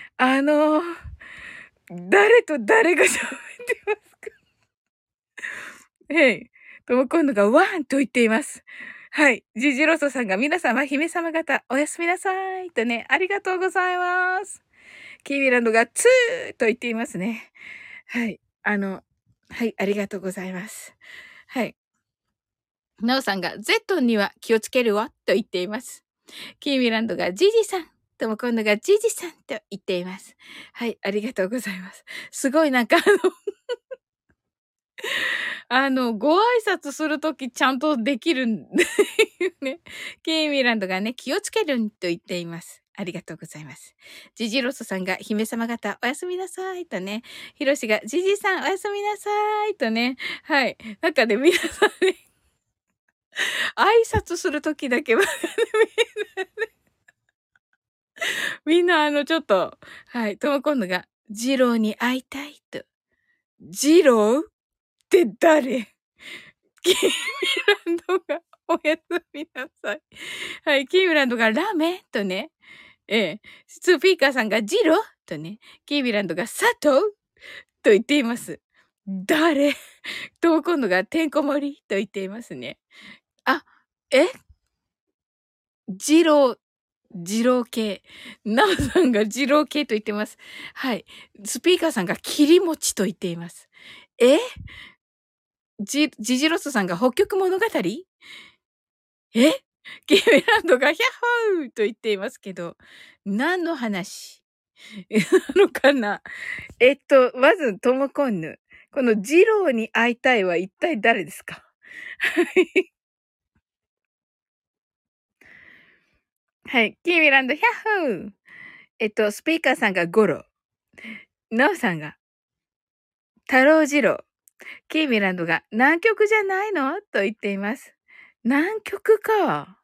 誰と誰が喋ってますか？はい。とも今度がワンと言っています。はい。ジジロソさんが皆様、姫様方、おやすみなさい。とね、ありがとうございます。キービランドがツーと言っていますね。はい。はい、ありがとうございます。はい。ナオさんが、ゼットンには気をつけるわ、と言っています。キーミランドが、ジジさん。とも今度が、ジジさんと言っています。はい、ありがとうございます。すごいなんかご挨拶するときちゃんとできるんだよね。ケイミランドがね、気をつけるんと言っています。ありがとうございます。ジジロソさんが、姫様方、おやすみなさいとね。ヒロシが、ジジさん、おやすみなさいとね。はい。なんかね、皆さんね、挨拶するときだけは、みんなちょっと、はい。とも今度が、ジローに会いたいと。ジローって誰？キーミランドが、おやすみなさい。はい、キーミランドがラーメンとね、スピーカーさんがジロとね、キーミランドが佐藤と言っています。誰と今度がてんこ盛りと言っていますね。あ、えジロー、二郎系。ナオさんが二郎系と言ってます。はい。スピーカーさんが切り餅と言っています。ジジロスさんが北極物語えキーメランドがヒャッホーと言っていますけど、何の話なのかなまず、トモコンヌ。このジローに会いたいは一体誰ですか？はい。はい。キーミランド、ヒャッホー。スピーカーさんがゴロ。ナオさんが、太郎次郎。 キーミランドが南極じゃないのと言っています。南極か。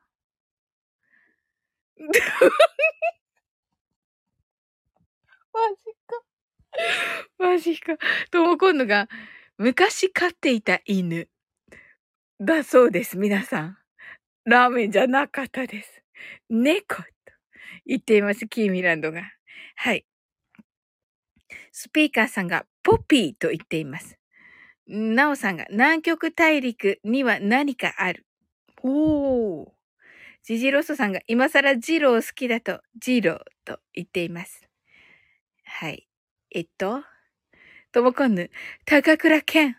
マジか。マジか。とも今度が昔飼っていた犬だそうです。皆さん。ラーメンじゃなかったです。猫と言っています。キーミランドが。はい。スピーカーさんがポピーと言っています。ナオさんが南極大陸には何かある。おー。ジジロソさんが今更ジロー好きだとジローと言っています。はい。ともこんぬ、高倉健。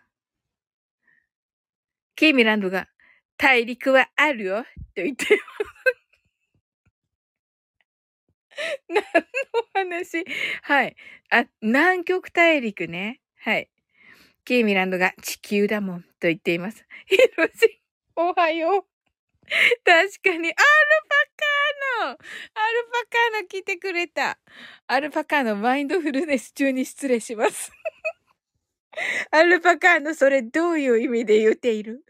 キーミランドが大陸はあるよと言っています。何の話？はい。南極大陸ね。はい。キーミランドが地球だもんと言っています。ヒロシ、おはよう。確かに、アルパカーノ来てくれた。アルパカーノマインドフルネス中に失礼します。アルパカーノそれどういう意味で言っている？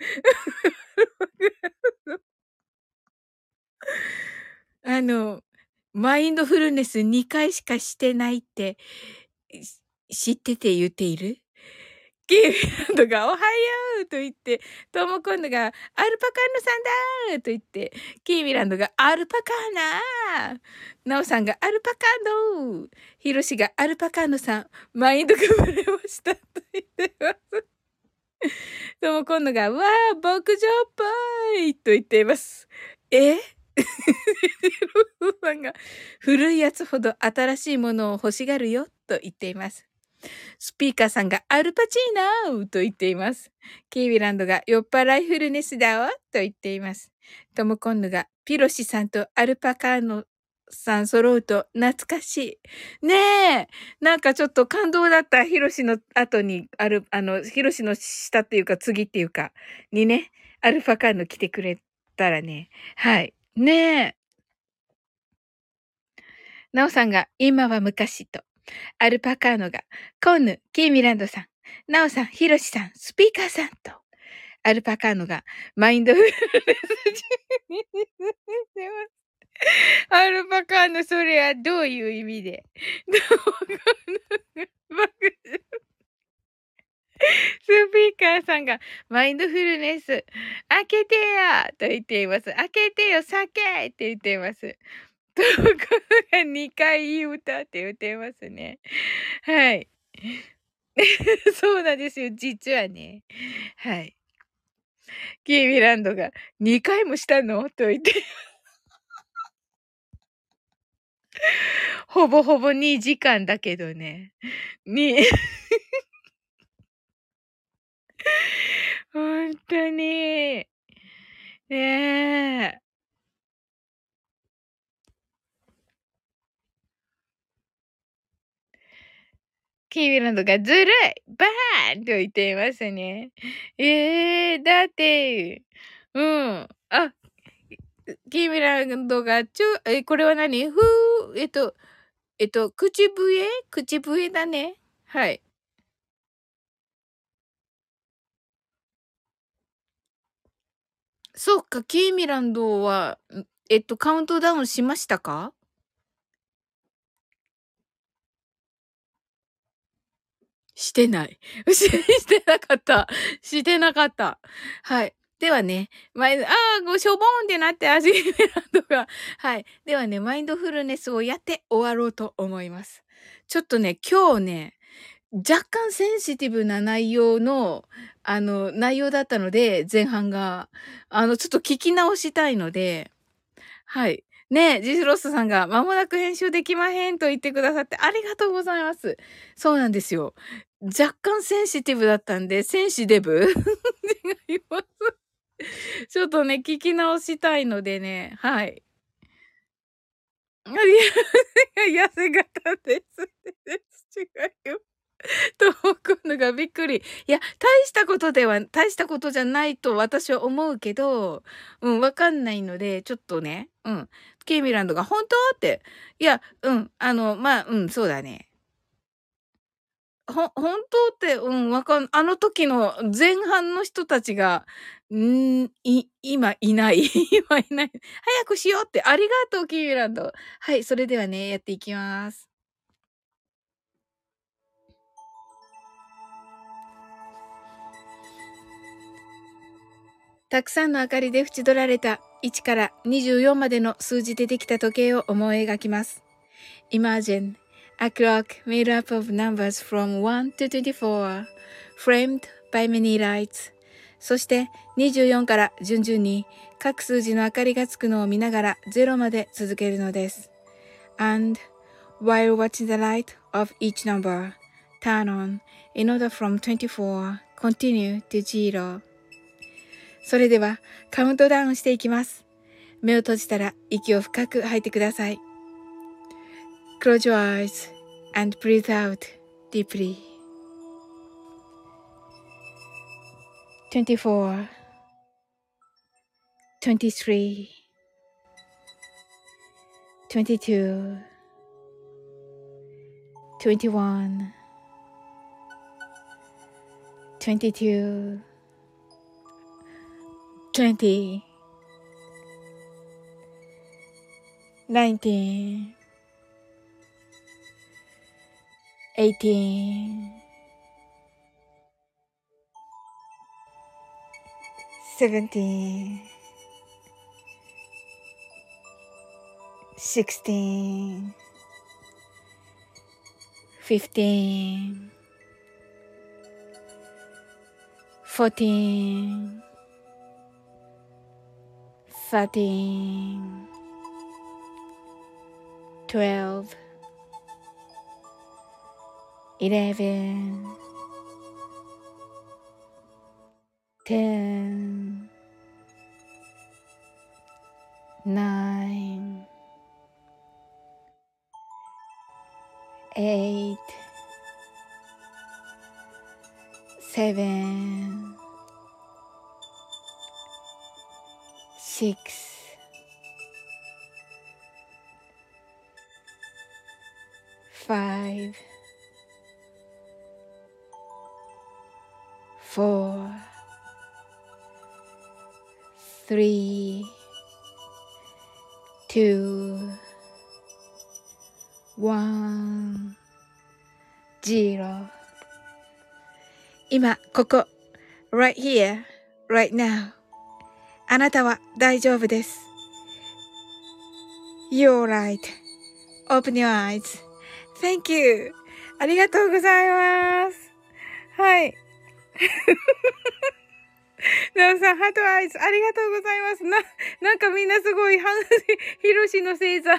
マインドフルネス2回しかしてないって、知ってて言っている？キーミランドがおはようと言って、トモコンドがアルパカーノさんだと言って、キーミランドがアルパカーナー、ナオさんがアルパカーノー、ヒロシがアルパカーノさん、マインドがぶれましたと言ってます。トモコンドが、わー、牧場っぽいと言っています。ヒロさんが、古いやつほど新しいものを欲しがるよと言っています。スピーカーさんがアルパチーナーと言っています。キービランドが酔っ払いフルネスだわと言っています。トムコンヌがピロシさんとアルパカーノさん揃うと懐かしい。ねえ。なんかちょっと感動だった。ヒロシの後にヒロシの下っていうか次っていうかにね、アルパカーノ来てくれたらね。はい。ねえ。ナオさんが今は昔と。アルパカーノが、コンヌ、キーミランドさん、ナオさん、ヒロシさん、スピーカーさんと、アルパカーノが、マインドフルネス中にしてます。アルパカーノ、それはどういう意味で？どうかスピーカーさんが、マインドフルネス、開けてよと言っています。開けてよ、酒って言っています。ところが2回言い歌って言ってますね。はい。そうなんですよ、実はね。はい。キーミランドが2回もしたのと言って、ほぼほぼ2時間だけどね。ほんとに。ねえ。キーミランドがずるいバーンと言っていますね。だって、うん。キーミランドがこれは何口笛だね。はい。そっか、キーミランドは、カウントダウンしましたか？してない。してなかった。してなかった。はい。ではね、しょぼーんってなって、キーミランドが。はい。ではね、マインドフルネスをやって終わろうと思います。ちょっとね、今日ね、若干センシティブな内容の、内容だったので、前半が。ちょっと聞き直したいので、はい。ねえ、ジスロスさんが間もなく編集できまへんと言ってくださってありがとうございます。そうなんですよ。若干センシティブだったんで、センシデブ違います。ちょっとね、聞き直したいのでね、はい。いや、痩せ型です。違いよ。と思うのがびっくり。いや、大したことじゃないと私は思うけど、わかんないので、ちょっとね、ケイミランドが本当って、いや、そうだね。 本当って、あの時の前半の人たちが、今いない。今いない。早くしようって。ありがとう、キーミランド。はい、それではね、やっていきます。たくさんの明かりで縁取られた1から24までの数字でできた時計を思い描きます。Imagine a clock made up of numbers from 1 to 24, framed by many lights. そして24から順々に各数字の明かりがつくのを見ながら0まで続けるのです。And while watching the light of each number turn on in order from 24, continue to 0. それではカウントダウンしていきます。目を閉じたら息を深く吐いてください。Close your eyes and breathe out deeply. 24, 23, 22, 21, 22, 20, 19, 18, 17, 16, 15, 14, 13, 12, 11, 10, 9, 8, 7, 6, 5, 4, 3, 2, 1, 0. 今、ここ。right here, right now. あなたは大丈夫です。You're right.Open your eyes. Thank you. ありがとうございます。はい。なおさん、ハートアイズ、ありがとうございます。なんかみんなすごい、ひろしの星座。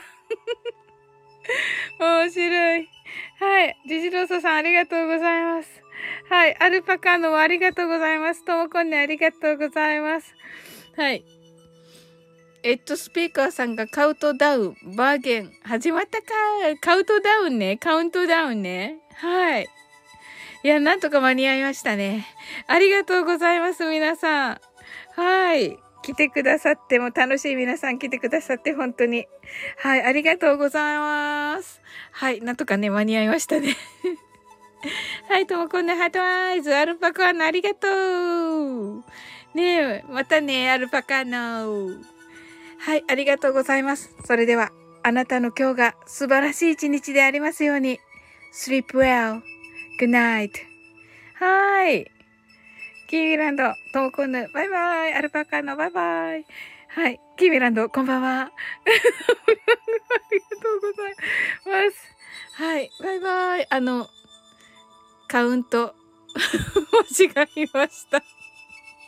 面白い。はい。ジジローソさん、ありがとうございます。はい。アルパカのありがとうございます。ともこんねありがとうございます。はい。スピーカーさんがカウントダウン、バーゲン、始まったかー。カウントダウンね。カウントダウンね。はい。いや、なんとか間に合いましたね。ありがとうございます、皆さん。はい。来てくださっても楽しい皆さん来てくださって本当に。はい、ありがとうございます。はい、なんとかね、間に合いましたね。はい、ともこんなハートアイズ、アルパカのありがとう。ねえ、またね、アルパカの。はい、ありがとうございます。それでは、あなたの今日が素晴らしい一日でありますように。Sleep well.Good night. はーい。キーミランド、トモコンヌ、バイバイ。アルパカのバイバイ。はい。キーミランド、こんばんは。ありがとうございます。はい。バイバイ。カウント、間違いました。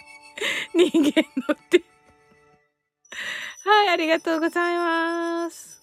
人間の手。はい。ありがとうございます。